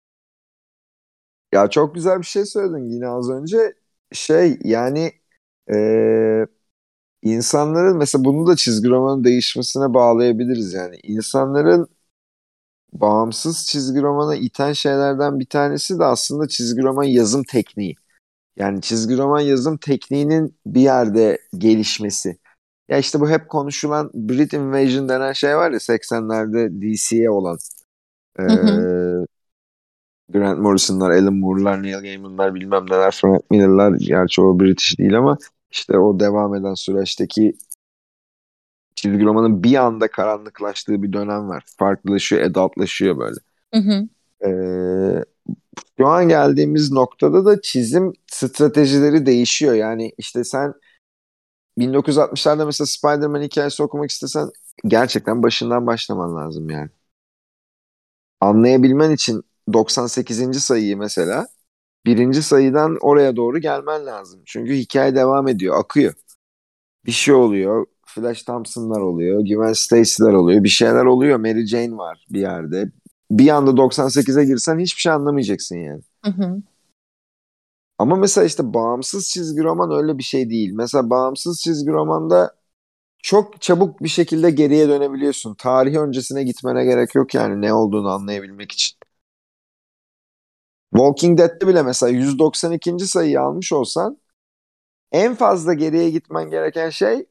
Ya çok güzel bir şey söyledin yine az önce. Şey yani eee, insanların mesela bunu da çizgi romanın değişmesine bağlayabiliriz yani. İnsanların bağımsız çizgi romana iten şeylerden bir tanesi de aslında çizgi roman yazım tekniği. Yani çizgi roman yazım tekniğinin bir yerde gelişmesi. Ya işte bu hep konuşulan Brit Invasion denen şey var ya 80'lerde DC'ye olan. Hı hı. Ee, Grant Morrison'lar, Alan Moore'lar, Neil Gaiman'lar bilmem neler, Frank Miller'lar. Gerçi o British değil ama işte o devam eden süreçteki çizgi romanın bir anda karanlıklaştığı bir dönem var. Farklılaşıyor, adultlaşıyor böyle. Hı hı. Ee, şu an geldiğimiz noktada da çizim stratejileri değişiyor. Yani işte sen 1960'larda mesela Spider-Man hikayesi okumak istesen gerçekten başından başlaman lazım yani. Anlayabilmen için 98. sayıyı mesela birinci sayıdan oraya doğru gelmen lazım. Çünkü hikaye devam ediyor, akıyor. Bir şey oluyor, Flash Thompson'lar oluyor, Gwen Stacy'ler oluyor, bir şeyler oluyor. Mary Jane var bir yerde. Bir anda 98'e girsen hiçbir şey anlamayacaksın yani. Hı hı. Ama mesela işte bağımsız çizgi roman öyle bir şey değil. Mesela bağımsız çizgi romanda çok çabuk bir şekilde geriye dönebiliyorsun. Tarih öncesine gitmene gerek yok yani ne olduğunu anlayabilmek için. Walking Dead'te bile mesela 192. sayıyı almış olsan En fazla geriye gitmen gereken şey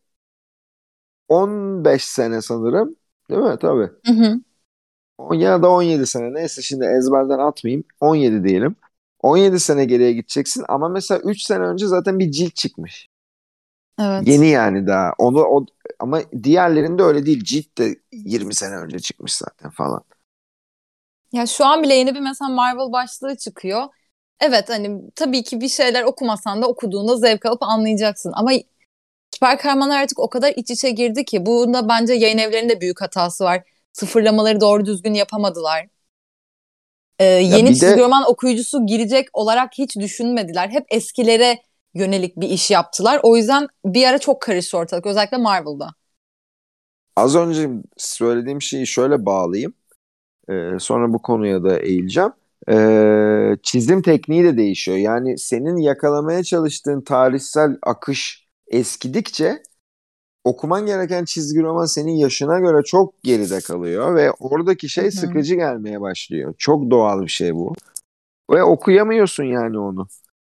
15 sene sanırım. Değil mi? Tabii. Hı hı. Ya da 17 sene. Neyse şimdi ezberden atmayayım. 17 diyelim. 17 sene geriye gideceksin ama mesela 3 sene önce zaten bir cilt çıkmış. Evet. Yeni yani daha. Ama diğerlerinde öyle değil. Cilt de 20 sene önce çıkmış zaten falan. Ya şu an bile yeni bir mesela Marvel başlığı çıkıyor. Evet hani tabii ki bir şeyler okumasan da okuduğunda zevk alıp anlayacaksın. Ama süper kahramanlar artık o kadar iç içe girdi ki bunda bence yayın evlerinin büyük hatası var. Sıfırlamaları doğru düzgün yapamadılar. Ya Yeni bir çizgi de roman okuyucusu girecek olarak hiç düşünmediler. Hep eskilere yönelik bir iş yaptılar. O yüzden bir ara çok karıştı ortalık. Özellikle Marvel'da. az önce söylediğim şeyi şöyle bağlayayım. Sonra bu konuya da eğileceğim. Çizim tekniği de değişiyor. Yani senin yakalamaya çalıştığın tarihsel akış eskidikçe okuman gereken çizgi roman senin yaşına göre çok geride kalıyor ve oradaki Hı şey hı. sıkıcı gelmeye başlıyor. Çok doğal bir şey bu. Ve okuyamıyorsun yani onu.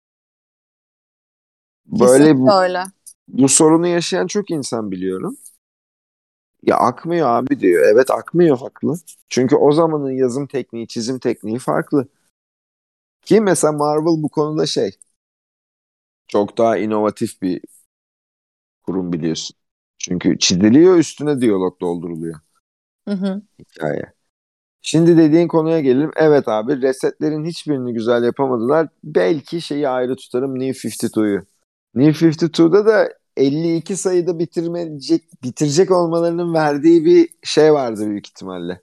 Böyle Kesinlikle öyle. bu sorunu yaşayan çok insan biliyorum. Ya akmıyor abi diyor. Evet akmıyor, haklı. Çünkü o zamanın yazım tekniği, çizim tekniği farklı. Ki mesela Marvel bu konuda çok daha inovatif bir kurum biliyorsun. Çünkü çiziliyor, üstüne diyalog dolduruluyor Hı hı. hikaye. Şimdi dediğin konuya gelelim. Evet abi, resetlerin hiçbirini güzel yapamadılar. Belki şeyi ayrı tutarım, New 52'yu. New 52'da da 52 sayıda bitirecek olmalarının verdiği bir şey vardı büyük ihtimalle.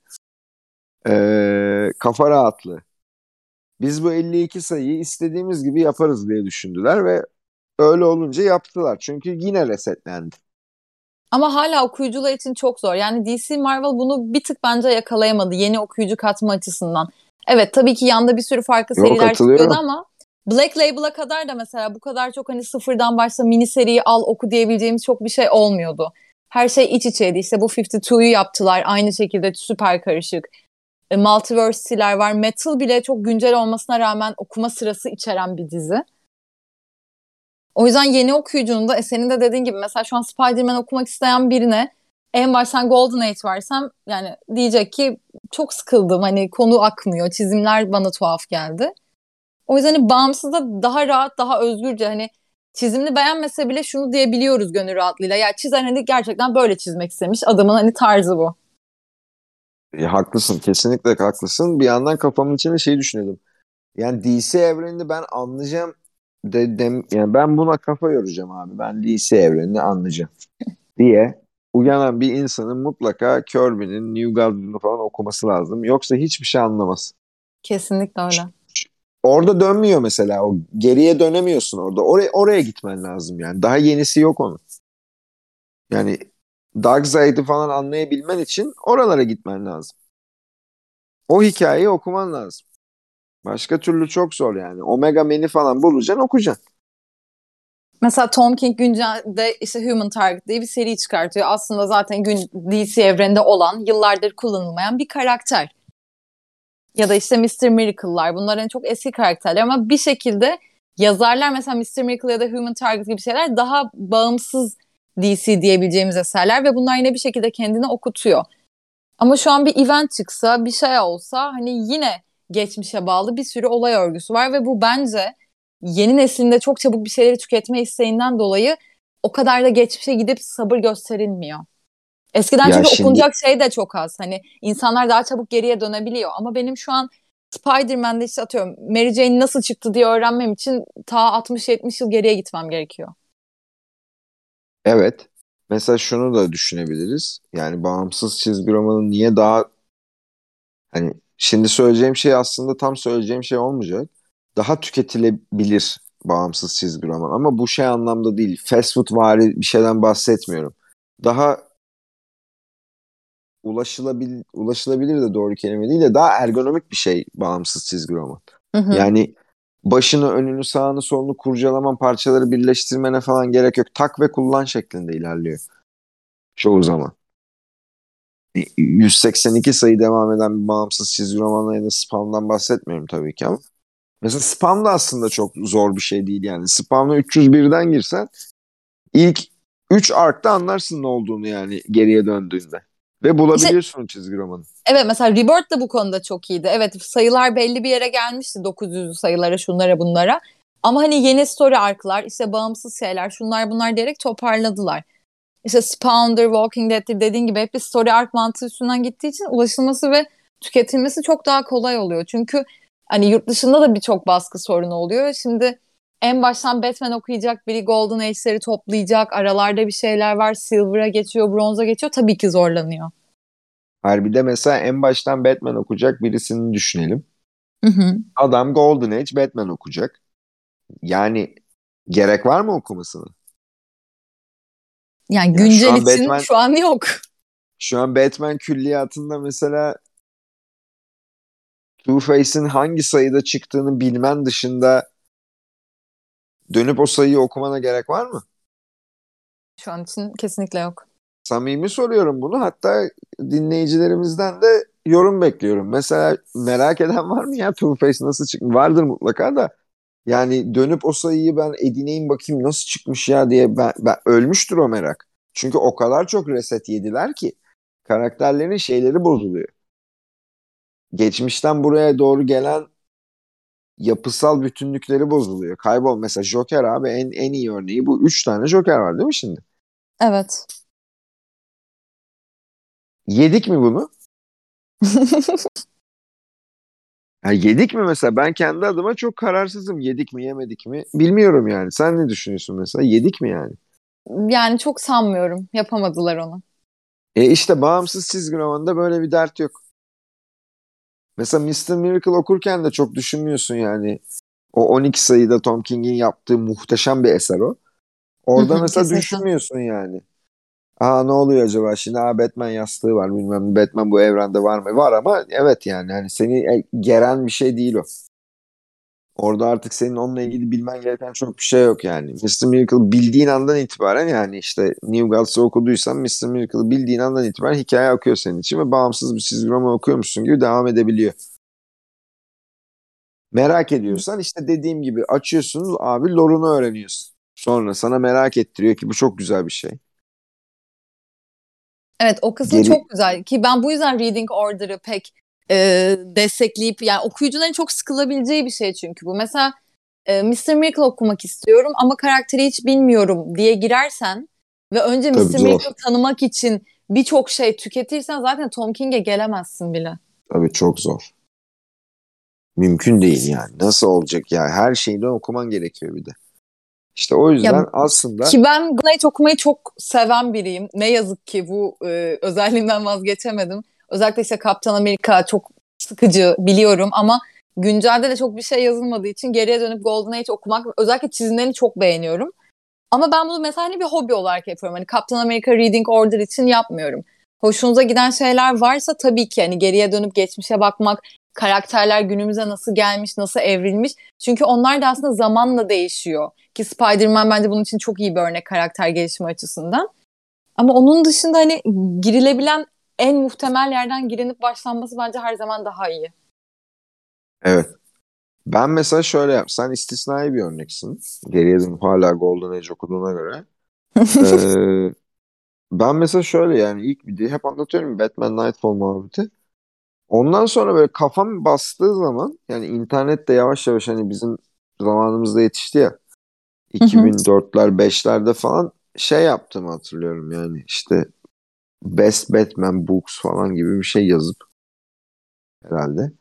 Kafa rahatlığı. Biz bu 52 sayıyı istediğimiz gibi yaparız diye düşündüler ve öyle olunca yaptılar. Çünkü yine resetlendi. Ama hala okuyucular için çok zor. Yani DC Marvel bunu bir tık bence yakalayamadı yeni okuyucu katma açısından. Evet tabii ki yanda bir sürü farklı Yok, seriler çıkıyordu katılıyorum. ama Black Label'a kadar da mesela bu kadar çok hani sıfırdan başla mini seriyi al oku diyebileceğimiz çok bir şey olmuyordu. Her şey iç içeydi. İşte bu 52'yu yaptılar. Aynı şekilde süper karışık. Multiversity'ler var. Metal bile çok güncel olmasına rağmen okuma sırası içeren bir dizi. O yüzden yeni okuyucunun da senin de dediğin gibi mesela şu an Spider-Man okumak isteyen birine en baştan Golden Age versem yani diyecek ki çok sıkıldım hani konu akmıyor çizimler bana tuhaf geldi. O yüzden hani bağımsız da daha rahat daha özgürce hani çizimini beğenmese bile şunu diyebiliyoruz gönül rahatlığıyla. Ya çizen hani gerçekten böyle çizmek istemiş adamın hani tarzı bu. Haklısın, kesinlikle haklısın. Bir yandan kafamın içinde şey düşünüyordum. Yani DC evrenini ben anlayacağım yani ben buna kafa yoracağım abi. Ben DC evrenini anlayacağım diye uyanan bir insanın mutlaka Kirby'nin New Gods'unu falan okuması lazım. Yoksa hiçbir şey anlamaz. Kesinlikle öyle. Orada dönmüyor mesela. O geriye dönemiyorsun orada. Oraya gitmen lazım yani. Daha yenisi yok onun. Yani Darkseid'i falan anlayabilmen için oralara gitmen lazım. O hikayeyi okuman lazım. Başka türlü çok zor yani. Omega Man'i falan bulacaksın, okuyacaksın. Mesela Tom King güncelde işte Human Target diye bir seri çıkartıyor. Aslında zaten DC evreninde olan, yıllardır kullanılmayan bir karakter. Ya da işte Mr. Miracle'lar. Bunların çok eski karakterler ama bir şekilde yazarlar mesela Mr. Miracle ya da Human Target gibi şeyler daha bağımsız DC diyebileceğimiz eserler ve bunlar yine bir şekilde kendini okutuyor. Ama şu an bir event çıksa, bir şey olsa hani yine geçmişe bağlı bir sürü olay örgüsü var ve bu bence yeni neslinde çok çabuk bir şeyleri tüketme isteğinden dolayı o kadar da geçmişe gidip sabır gösterilmiyor. Eskiden Ya çünkü şimdi okunacak şey de çok az. Hani insanlar daha çabuk geriye dönebiliyor. Ama benim şu an Spider-Man'de işte atıyorum Mary Jane nasıl çıktı diye öğrenmem için ta 60-70 yıl geriye gitmem gerekiyor. evet. Mesela şunu da düşünebiliriz. Yani bağımsız çizgi romanın niye daha, hani şimdi söyleyeceğim şey aslında tam söyleyeceğim şey olmayacak. Daha tüketilebilir bağımsız çizgi roman. Ama bu şey anlamda değil. Fast food vari bir şeyden bahsetmiyorum. Daha ulaşılabilir de doğru kelime değil de daha ergonomik bir şey bağımsız çizgi roman. Hı hı. Yani başını, önünü, sağını, solunu kurcalaman, parçaları birleştirmene falan gerek yok. Tak ve kullan şeklinde ilerliyor çoğu zaman. 182 sayı devam eden bir bağımsız çizgi romanla ya da Spawn'dan bahsetmiyorum tabii ki ama. Mesela Spawn da aslında çok zor bir şey değil yani. Spawn'a 301'den girsen ilk 3 arkta anlarsın ne olduğunu yani geriye döndüğünde. Ve İşte bulabiliyorsun o çizgi romanı. evet, mesela Rebirth de bu konuda çok iyiydi. Evet, sayılar belli bir yere gelmişti, 900'lü sayılara, şunlara bunlara. Ama hani yeni story arklar, işte bağımsız şeyler, şunlar bunlar diyerek toparladılar. İşte Spawn'dır, Walking Dead'tir, dediğin gibi hep bir story arc mantığı üstünden gittiği için ulaşılması ve tüketilmesi çok daha kolay oluyor. Çünkü hani yurt dışında da birçok baskı sorunu oluyor. Şimdi en baştan Batman okuyacak biri, Golden Age'leri toplayacak, aralarda bir şeyler var, Silver'a geçiyor, Bronze'a geçiyor, tabii ki zorlanıyor. Harbi'de mesela en baştan Batman okuyacak birisini düşünelim. Hı hı. Adam Golden Age Batman okuyacak. Yani gerek var mı okumasına? Yani Yani güncel için şu an yok. şu an Batman külliyatında mesela Two-Face'in hangi sayıda çıktığını bilmen dışında dönüp o sayıyı okumana gerek var mı? Şu an için kesinlikle yok. Samimi soruyorum bunu. Hatta dinleyicilerimizden de yorum bekliyorum. Mesela merak eden var mı ya Two-Face nasıl çıkmış? Vardır mutlaka da. Yani dönüp o sayıyı ben edineyim bakayım nasıl çıkmış ya diye ben ölmüştür o merak. Çünkü o kadar çok reset yediler ki karakterlerin şeyleri bozuluyor. Geçmişten buraya doğru gelen yapısal bütünlükleri bozuluyor. Kaybol mesela Joker abi en iyi örneği bu. Üç tane Joker var değil mi şimdi? Evet. Yedik mi bunu? Ha, yedik mi mesela? Ben kendi adıma çok kararsızım. Yedik mi yemedik mi? Bilmiyorum yani. Sen ne düşünüyorsun mesela? Yedik mi yani? Yani çok sanmıyorum. Yapamadılar onu. İşte bağımsız çizgi romanında böyle bir dert yok. Mesela Mr. Miracle okurken de çok düşünmüyorsun yani. O 12 sayıda Tom King'in yaptığı muhteşem bir eser o. Hı Orada hı, mesela kesinlikle. düşünmüyorsun yani. Aa ne oluyor acaba şimdi? Aa Batman yastığı var bilmem ne. Batman bu evrende var mı? Var ama evet yani hani seni geren bir şey değil o. Orada artık senin onunla ilgili bilmen gereken çok bir şey yok yani. Mr. Miracle bildiğin andan itibaren yani işte New Gods'ı okuduysan Mr. Miracle'ı bildiğin andan itibaren hikaye akıyor senin için ve bağımsız bir çizgi roman okuyormuşsun gibi devam edebiliyor. Merak ediyorsan işte dediğim gibi açıyorsun abi lore'unu öğreniyorsun. Sonra sana merak ettiriyor ki bu çok güzel bir şey. Evet, o kısmı Geri çok güzel ki ben bu yüzden Reading Order'ı pek destekleyip, yani okuyucuların çok sıkılabileceği bir şey çünkü bu. Mesela Mr. Miracle okumak istiyorum ama karakteri hiç bilmiyorum diye girersen ve önce tabii Mr. zor. Miracle'ı tanımak için birçok şey tüketirsen zaten Tom King'e gelemezsin bile. Tabii çok zor. Mümkün değil yani. Nasıl olacak ya? Her şeyden okuman gerekiyor bir de. İşte o Ya yüzden aslında ki ben Golden okumayı çok seven biriyim. Ne yazık ki bu özelliğimden vazgeçemedim. Özellikle işte Kaptan Amerika çok sıkıcı biliyorum ama güncelde de çok bir şey yazılmadığı için geriye dönüp Golden Age okumak, özellikle çizimlerini çok beğeniyorum. Ama ben bunu mesela hani bir hobi olarak yapıyorum. Hani Kaptan Amerika Reading Order için yapmıyorum. Hoşunuza giden şeyler varsa tabii ki hani geriye dönüp geçmişe bakmak, karakterler günümüze nasıl gelmiş, nasıl evrilmiş. Çünkü onlar da aslında zamanla değişiyor. Ki Spider-Man bence bunun için çok iyi bir örnek karakter gelişimi açısından. Ama onun dışında hani girilebilen en muhtemel yerden girilip başlanması bence her zaman daha iyi. evet. Ben mesela şöyle yap. Sen istisnai bir örneksin. Geriye dönüp hala Golden Age okuduğuna göre. Ee, ben mesela şöyle yani ilk video hep anlatıyorum Batman Nightfall muhabbeti. Ondan sonra böyle kafam bastığı zaman yani internet de yavaş yavaş hani bizim zamanımızda yetişti ya. Hı hı. 2004'ler 5'lerde falan şey yaptığımı hatırlıyorum yani işte Best Batman Books falan gibi bir şey yazıp herhalde.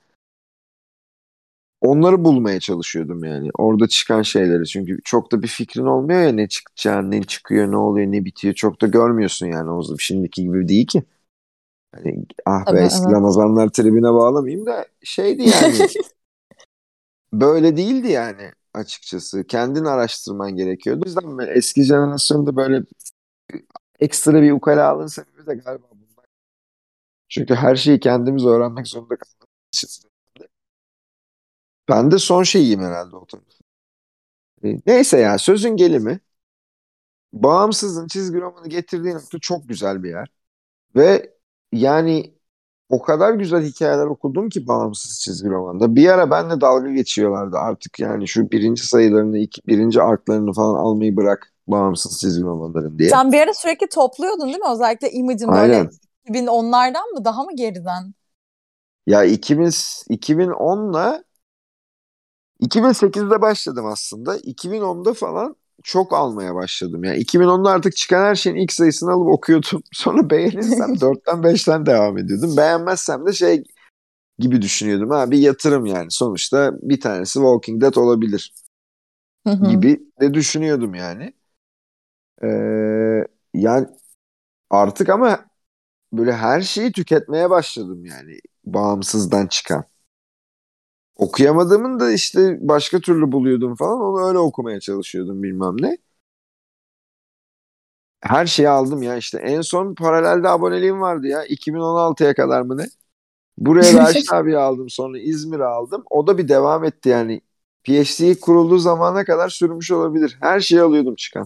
Onları bulmaya çalışıyordum yani. Orada çıkan şeyleri. Çünkü çok da bir fikrin olmuyor ya ne çıkacağını, ne çıkıyor, ne oluyor, ne bitiyor. Çok da görmüyorsun yani. O şimdiki gibi değil ki. Hani ah be Tabii, eski evet. Ramazanlar tribine bağlamayayım da şeydi yani. Böyle değildi yani açıkçası. Kendin araştırman gerekiyordu. O yüzden ben eski jenerasyonda böyle ekstra bir ukala sebebi de galiba bundan. Çünkü her şeyi kendimiz öğrenmek zorunda kaldığımız için. Ben de son şeyiyim herhalde o tabii. Neyse ya sözün gelimi. Bağımsızın çizgi romanı getirdiği nokta çok güzel bir yer. Ve yani o kadar güzel hikayeler okudum ki bağımsız çizgi romanda. Bir ara benle dalga geçiyorlardı artık, yani şu birinci sayılarını, birinci arklarını falan almayı bırak bağımsız çizgi romanların diye. Sen bir ara sürekli topluyordun değil mi? Özellikle Image'in böyle Aynen. 2010'lardan mı daha mı geriden? Ya 2010'la 2008'de başladım aslında. 2010'da falan çok almaya başladım. Yani 2010'da artık çıkan her şeyin ilk sayısını alıp okuyordum. Sonra beğenirsem 4'ten 5'ten devam ediyordum. Beğenmezsem de şey gibi düşünüyordum. Ha, bir yatırım yani. Sonuçta bir tanesi Walking Dead olabilir Hı hı. gibi de düşünüyordum yani. Yani artık ama böyle her şeyi tüketmeye başladım yani. Bağımsızdan çıkan. Okuyamadığımın da işte başka türlü buluyordum falan. Onu öyle okumaya çalışıyordum, bilmem ne. Her şeyi aldım ya işte. En son paralelde aboneliğim vardı ya. 2016'ya kadar mı ne? Buraya Raşit abi aldım. Sonra İzmir'e aldım. O da bir devam etti yani. PhD kurulduğu zamana kadar sürmüş olabilir. Her şeyi alıyordum çıkan.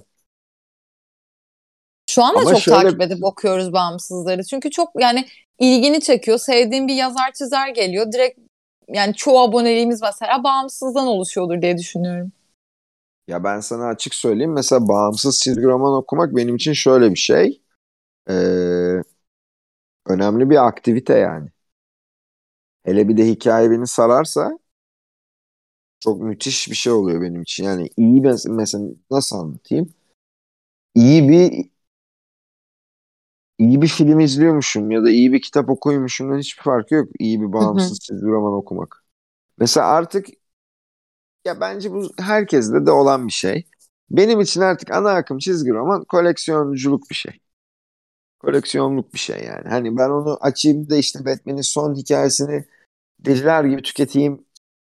Şu anda Ama çok şöyle, takip edip okuyoruz bağımsızları. Çünkü çok yani ilgini çekiyor. Sevdiğin bir yazar çizer geliyor. Direkt yani çoğu aboneliğimiz mesela bağımsızdan oluşuyordur diye düşünüyorum. ya ben sana açık söyleyeyim. Mesela bağımsız çizgi roman okumak benim için şöyle bir şey. Ee, önemli bir aktivite yani. Hele bir de hikaye beni sararsa çok müthiş bir şey oluyor benim için. Yani iyi mesela nasıl anlatayım? İyi bir iyi bir film izliyormuşum ya da iyi bir kitap okuyormuşumdan hiçbir farkı yok. İyi bir Hı hı. bağımsız çizgi roman okumak. Mesela artık, ya bence bu herkeste de olan bir şey. Benim için artık ana akım çizgi roman koleksiyonculuk bir şey. Koleksiyonluk bir şey yani. Hani ben onu açayım da işte Batman'in son hikayesini deliler gibi tüketeyim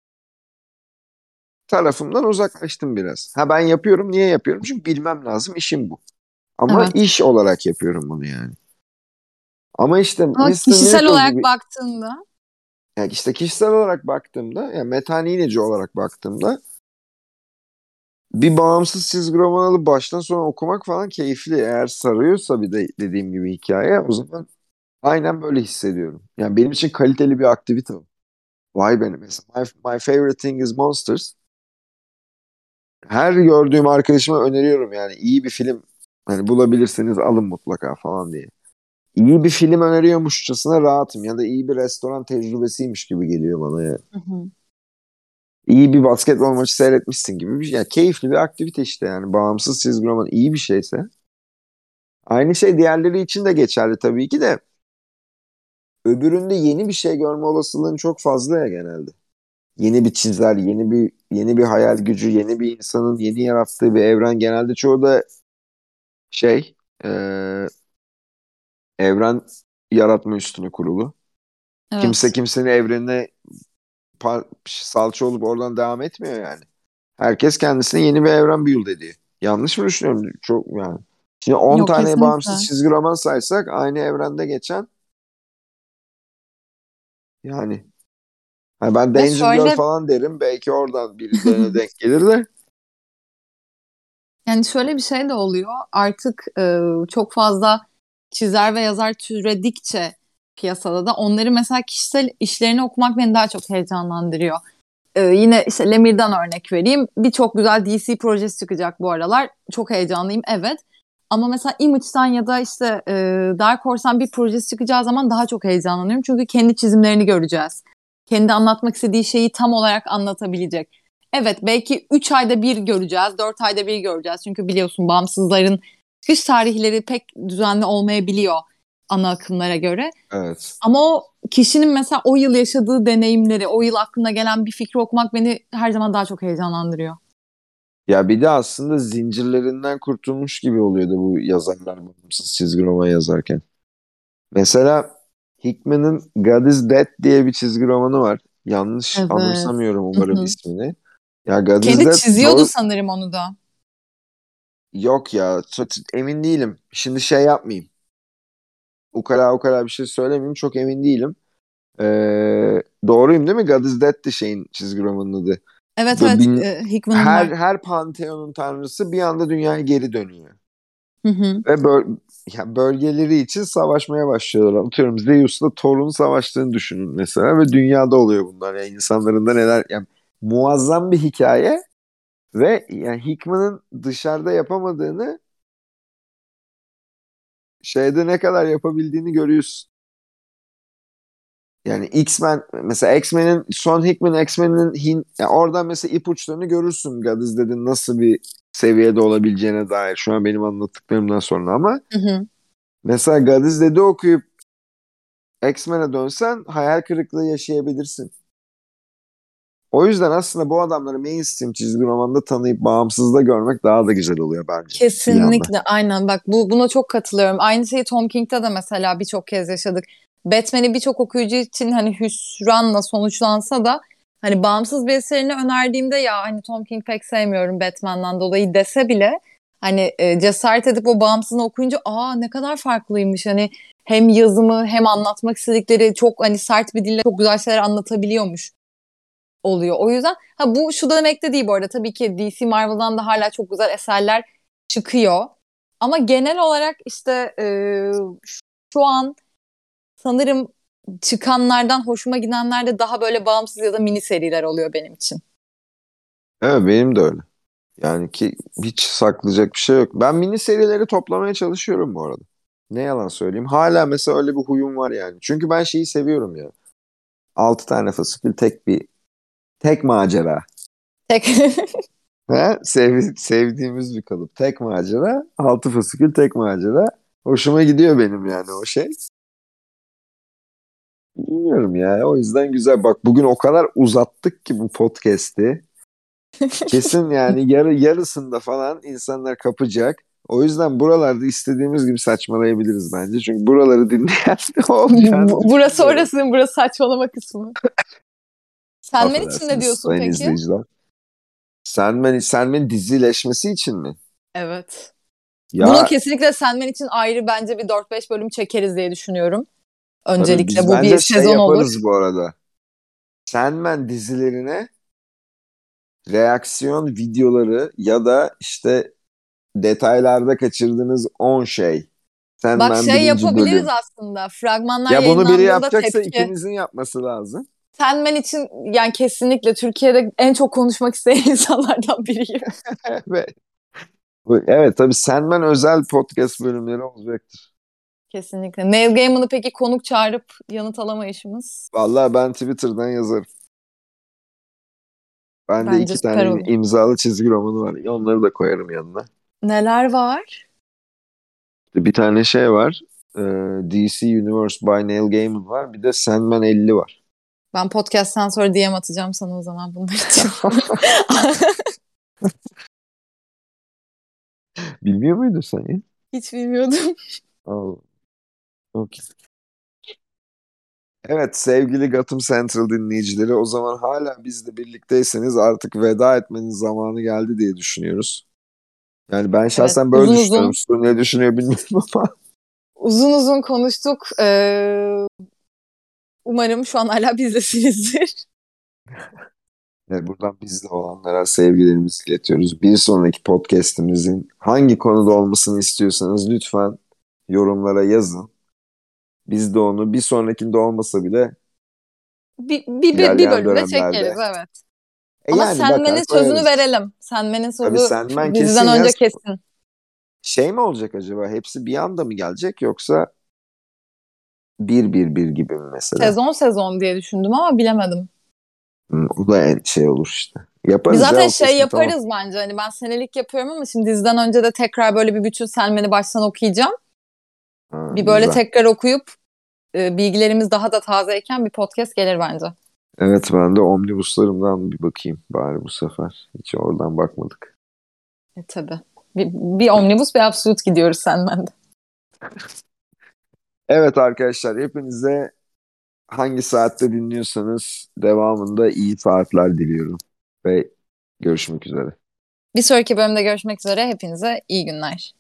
tarafımdan uzaklaştım biraz. Ha, ben yapıyorum. Niye yapıyorum? Çünkü bilmem lazım. İşim bu. Ama Evet. iş olarak yapıyorum bunu yani. Ama işte Ama Mr. kişisel Miracle olarak gibi, baktığında yani işte kişisel olarak baktığımda, yani Metan İğneci olarak baktığımda bir bağımsız çizgi roman alıp baştan sona okumak falan keyifli. Eğer sarıyorsa bir de dediğim gibi hikaye, o zaman aynen böyle hissediyorum. Yani benim için kaliteli bir aktivite o. Vay benim mesela. My favorite thing is Monsters. Her gördüğüm arkadaşıma öneriyorum yani, iyi bir film hani bulabilirseniz alın mutlaka falan diye. İyi bir film öneriyormuşçasına rahatım, ya da iyi bir restoran tecrübesiymiş gibi geliyor bana ya. hı hı. İyi bir basketbol maçı seyretmişsin gibi bir şey. Yani keyifli bir aktivite işte yani. Bağımsız çizgi roman iyi bir şeyse. Aynı şey diğerleri için de geçerli tabii ki de. Öbüründe yeni bir şey görme olasılığın çok fazla ya genelde. Yeni bir çizer, yeni bir hayal gücü, yeni bir insanın yeni yarattığı bir evren. Genelde çoğu da şey, e, evren yaratma üstüne kurulu. Kimse Evet. kimsenin evrenine salça olup oradan devam etmiyor yani. Herkes kendisine yeni bir evren build ediyor. Yanlış mı düşünüyorum? Çok yani. Şimdi 10 Yok, tane bağımsız kesinlikle. çizgi roman saysak aynı evrende geçen, yani ha, ben Ve Danger Girl şöyle falan derim. Belki oradan birilerine denk gelir de. yani şöyle bir şey de oluyor. Artık çok fazla çizer ve yazar türedikçe piyasada da onları mesela kişisel işlerini okumak beni daha çok heyecanlandırıyor. Yine işte Lemir'den örnek vereyim. Birçok güzel DC projesi çıkacak bu aralar. Çok heyecanlıyım, evet. Ama mesela Image'den ya da işte Dark Horse'dan bir projesi çıkacağı zaman daha çok heyecanlanıyorum. Çünkü kendi çizimlerini göreceğiz. Kendi anlatmak istediği şeyi tam olarak anlatabilecek. Evet, belki 3 ayda bir göreceğiz, 4 ayda bir göreceğiz. Çünkü biliyorsun bağımsızların çıkış tarihleri pek düzenli olmayabiliyor ana akımlara göre. Evet. Ama o kişinin mesela o yıl yaşadığı deneyimleri, o yıl aklına gelen bir fikri okumak beni her zaman daha çok heyecanlandırıyor. Ya bir de aslında zincirlerinden kurtulmuş gibi oluyordu bu yazarlar bağımsız çizgi roman yazarken. Mesela Hickman'ın God is Dead diye bir çizgi romanı var. Yanlış Evet. anımsamıyorum Hı umarım hı. ismini. Ya God is Kendi Dead çiziyordu doğru, sanırım onu da. yok ya, emin değilim. Şimdi şey yapmayayım. Ukala ukala bir şey söylemeyeyim. Çok emin değilim. Doğruyum değil mi? God is Dead'ti şeyin, çizgi romanın adı. Evet, Böyle evet, Hickman'ın her var. her panteonun tanrısı bir anda dünyaya geri dönüyor. Hı hı. Ve böyle ya bölgeleri için savaşmaya başlıyorlar. Atıyorum Zeus'la Thor'un savaştığını düşünün mesela ve dünyada oluyor bunlar. Yani insanların da neler yani muazzam bir hikaye ve yani Hickman'ın dışarıda yapamadığını şeyde ne kadar yapabildiğini görüyorsun. Yani X-Men mesela X-Men'in son Hickman X-Men'in yani oradan mesela ipuçlarını görürsün God is Dead'in nasıl bir seviyede olabileceğine dair şu an benim anlattıklarımdan sonra ama Hı hı. mesela God is Dead'i okuyup X-Men'e dönsen hayal kırıklığı yaşayabilirsin. O yüzden aslında bu adamları mainstream çizgi romanda tanıyıp bağımsızda görmek daha da güzel oluyor bence bir yandan. Kesinlikle aynen bak buna çok katılıyorum. Aynı şeyi Tom King'de de mesela birçok kez yaşadık. Batman'i birçok okuyucu için hani hüsranla sonuçlansa da hani bağımsız bir eserini önerdiğimde ya hani Tom King pek sevmiyorum Batman'dan dolayı dese bile hani cesaret edip o bağımsızını okuyunca aa ne kadar farklıymış hani hem yazımı hem anlatmak istedikleri çok hani sert bir dille çok güzel şeyler anlatabiliyormuş oluyor. O yüzden ha bu şu demek de değil bu arada. Tabii ki DC Marvel'dan da hala çok güzel eserler çıkıyor. Ama genel olarak işte şu an sanırım çıkanlardan hoşuma gidenler de daha böyle bağımsız ya da mini seriler oluyor benim için. Evet benim de öyle. Yani ki hiç saklayacak bir şey yok. Ben mini serileri toplamaya çalışıyorum bu arada. Ne yalan söyleyeyim. Hala mesela öyle bir huyum var yani. Çünkü ben şeyi seviyorum ya. 6 tane fasikül tek macera. Tek Ha? Sevdiğimiz bir kalıp. Tek macera, 6 fasikül tek macera. Hoşuma gidiyor benim yani o şey. Bilmiyorum ya. O yüzden güzel. Bak bugün o kadar uzattık ki bu podcast'i. Kesin yani yarısında falan insanlar kapacak. O yüzden buralarda istediğimiz gibi saçmalayabiliriz bence. Çünkü buraları dinleyen de olacağını burası düşünmüyorum. orası burası saçmalama kısmı. Sandman için ne Affedersiniz diyorsun sayın peki? izleyiciler. Sandman'in dizileşmesi için mi? Evet. Bunu Ya kesinlikle Sandman için ayrı bence bir 4-5 bölüm çekeriz diye düşünüyorum. tabii Öncelikle biz bu bir bence şey sezon olur. yaparız bu arada. Sandman dizilerine reaksiyon videoları ya da işte detaylarda kaçırdığınız 10 şey. Bak Sandman şey birinci yapabiliriz bölüm. aslında. Fragmanlar Ya bunu biri yayınlandığında yapacaksa tepki. ikimizin yapması lazım. Sandman için yani kesinlikle Türkiye'de en çok konuşmak isteyen insanlardan biriyim. Evet. Evet tabii Sandman özel podcast bölümleri olacaktır. Kesinlikle. Neil Gaiman'ı peki konuk çağırıp yanıt alamayışımız Vallahi ben Twitter'dan yazarım. Bende bence 2 süper tane olur. imzalı çizgi romanı var. Onları da koyarım yanına. Neler var? Bir tane şey var. Ee, DC Universe by Neil Gaiman var. Bir de Sandman 50 var. Ben podcast'tan sonra DM atacağım sana o zaman bunlar için. Bilmiyor muydun sen ya? Hiç bilmiyordum. Allah, okey. Evet sevgili Gotham Central dinleyicileri o zaman hala bizle birlikteyseniz artık veda etmenin zamanı geldi diye düşünüyoruz. Yani ben Evet, şahsen böyle uzun düşünüyorum. uzun Su ne düşünüyor bilmiyorum ama. uzun uzun konuştuk. Umarım şu an hala bizdesinizdir. Evet, buradan bizde olanlara sevgilerimizi iletiyoruz. Bir sonraki podcast'imizin hangi konuda olmasını istiyorsanız lütfen yorumlara yazın. Biz de onu bir sonrakinde olmasa bile Bir ilerleyen bölümde dönemlerde. çekeriz evet. Ama Yani bakar Sandman'in sözünü koyarız. verelim. Sandman'in Tabii sözü Sandman kesin diziden yaz. önce kesin. Şey mi olacak acaba? Hepsi bir anda mı gelecek yoksa bir gibi mi mesela? Sezon sezon diye düşündüm ama bilemedim. O da şey olur işte. Biz Yaparız ya zaten o şey kısmı tamam. yaparız bence. Hani ben senelik yapıyorum ama şimdi diziden önce de tekrar böyle bir bütün Sandman'i baştan okuyacağım. Ha, Bir böyle güzel. tekrar okuyup bilgilerimiz daha da tazeyken bir podcast gelir bence. Evet ben de omnibuslarımdan bir bakayım bari bu sefer. Hiç oradan bakmadık. Tabii. Bir omnibus bir absolut gidiyoruz Sandman'de. Evet arkadaşlar hepinize hangi saatte dinliyorsanız devamında iyi saatler diliyorum. Ve görüşmek üzere. Bir sonraki bölümde görüşmek üzere. Hepinize iyi günler.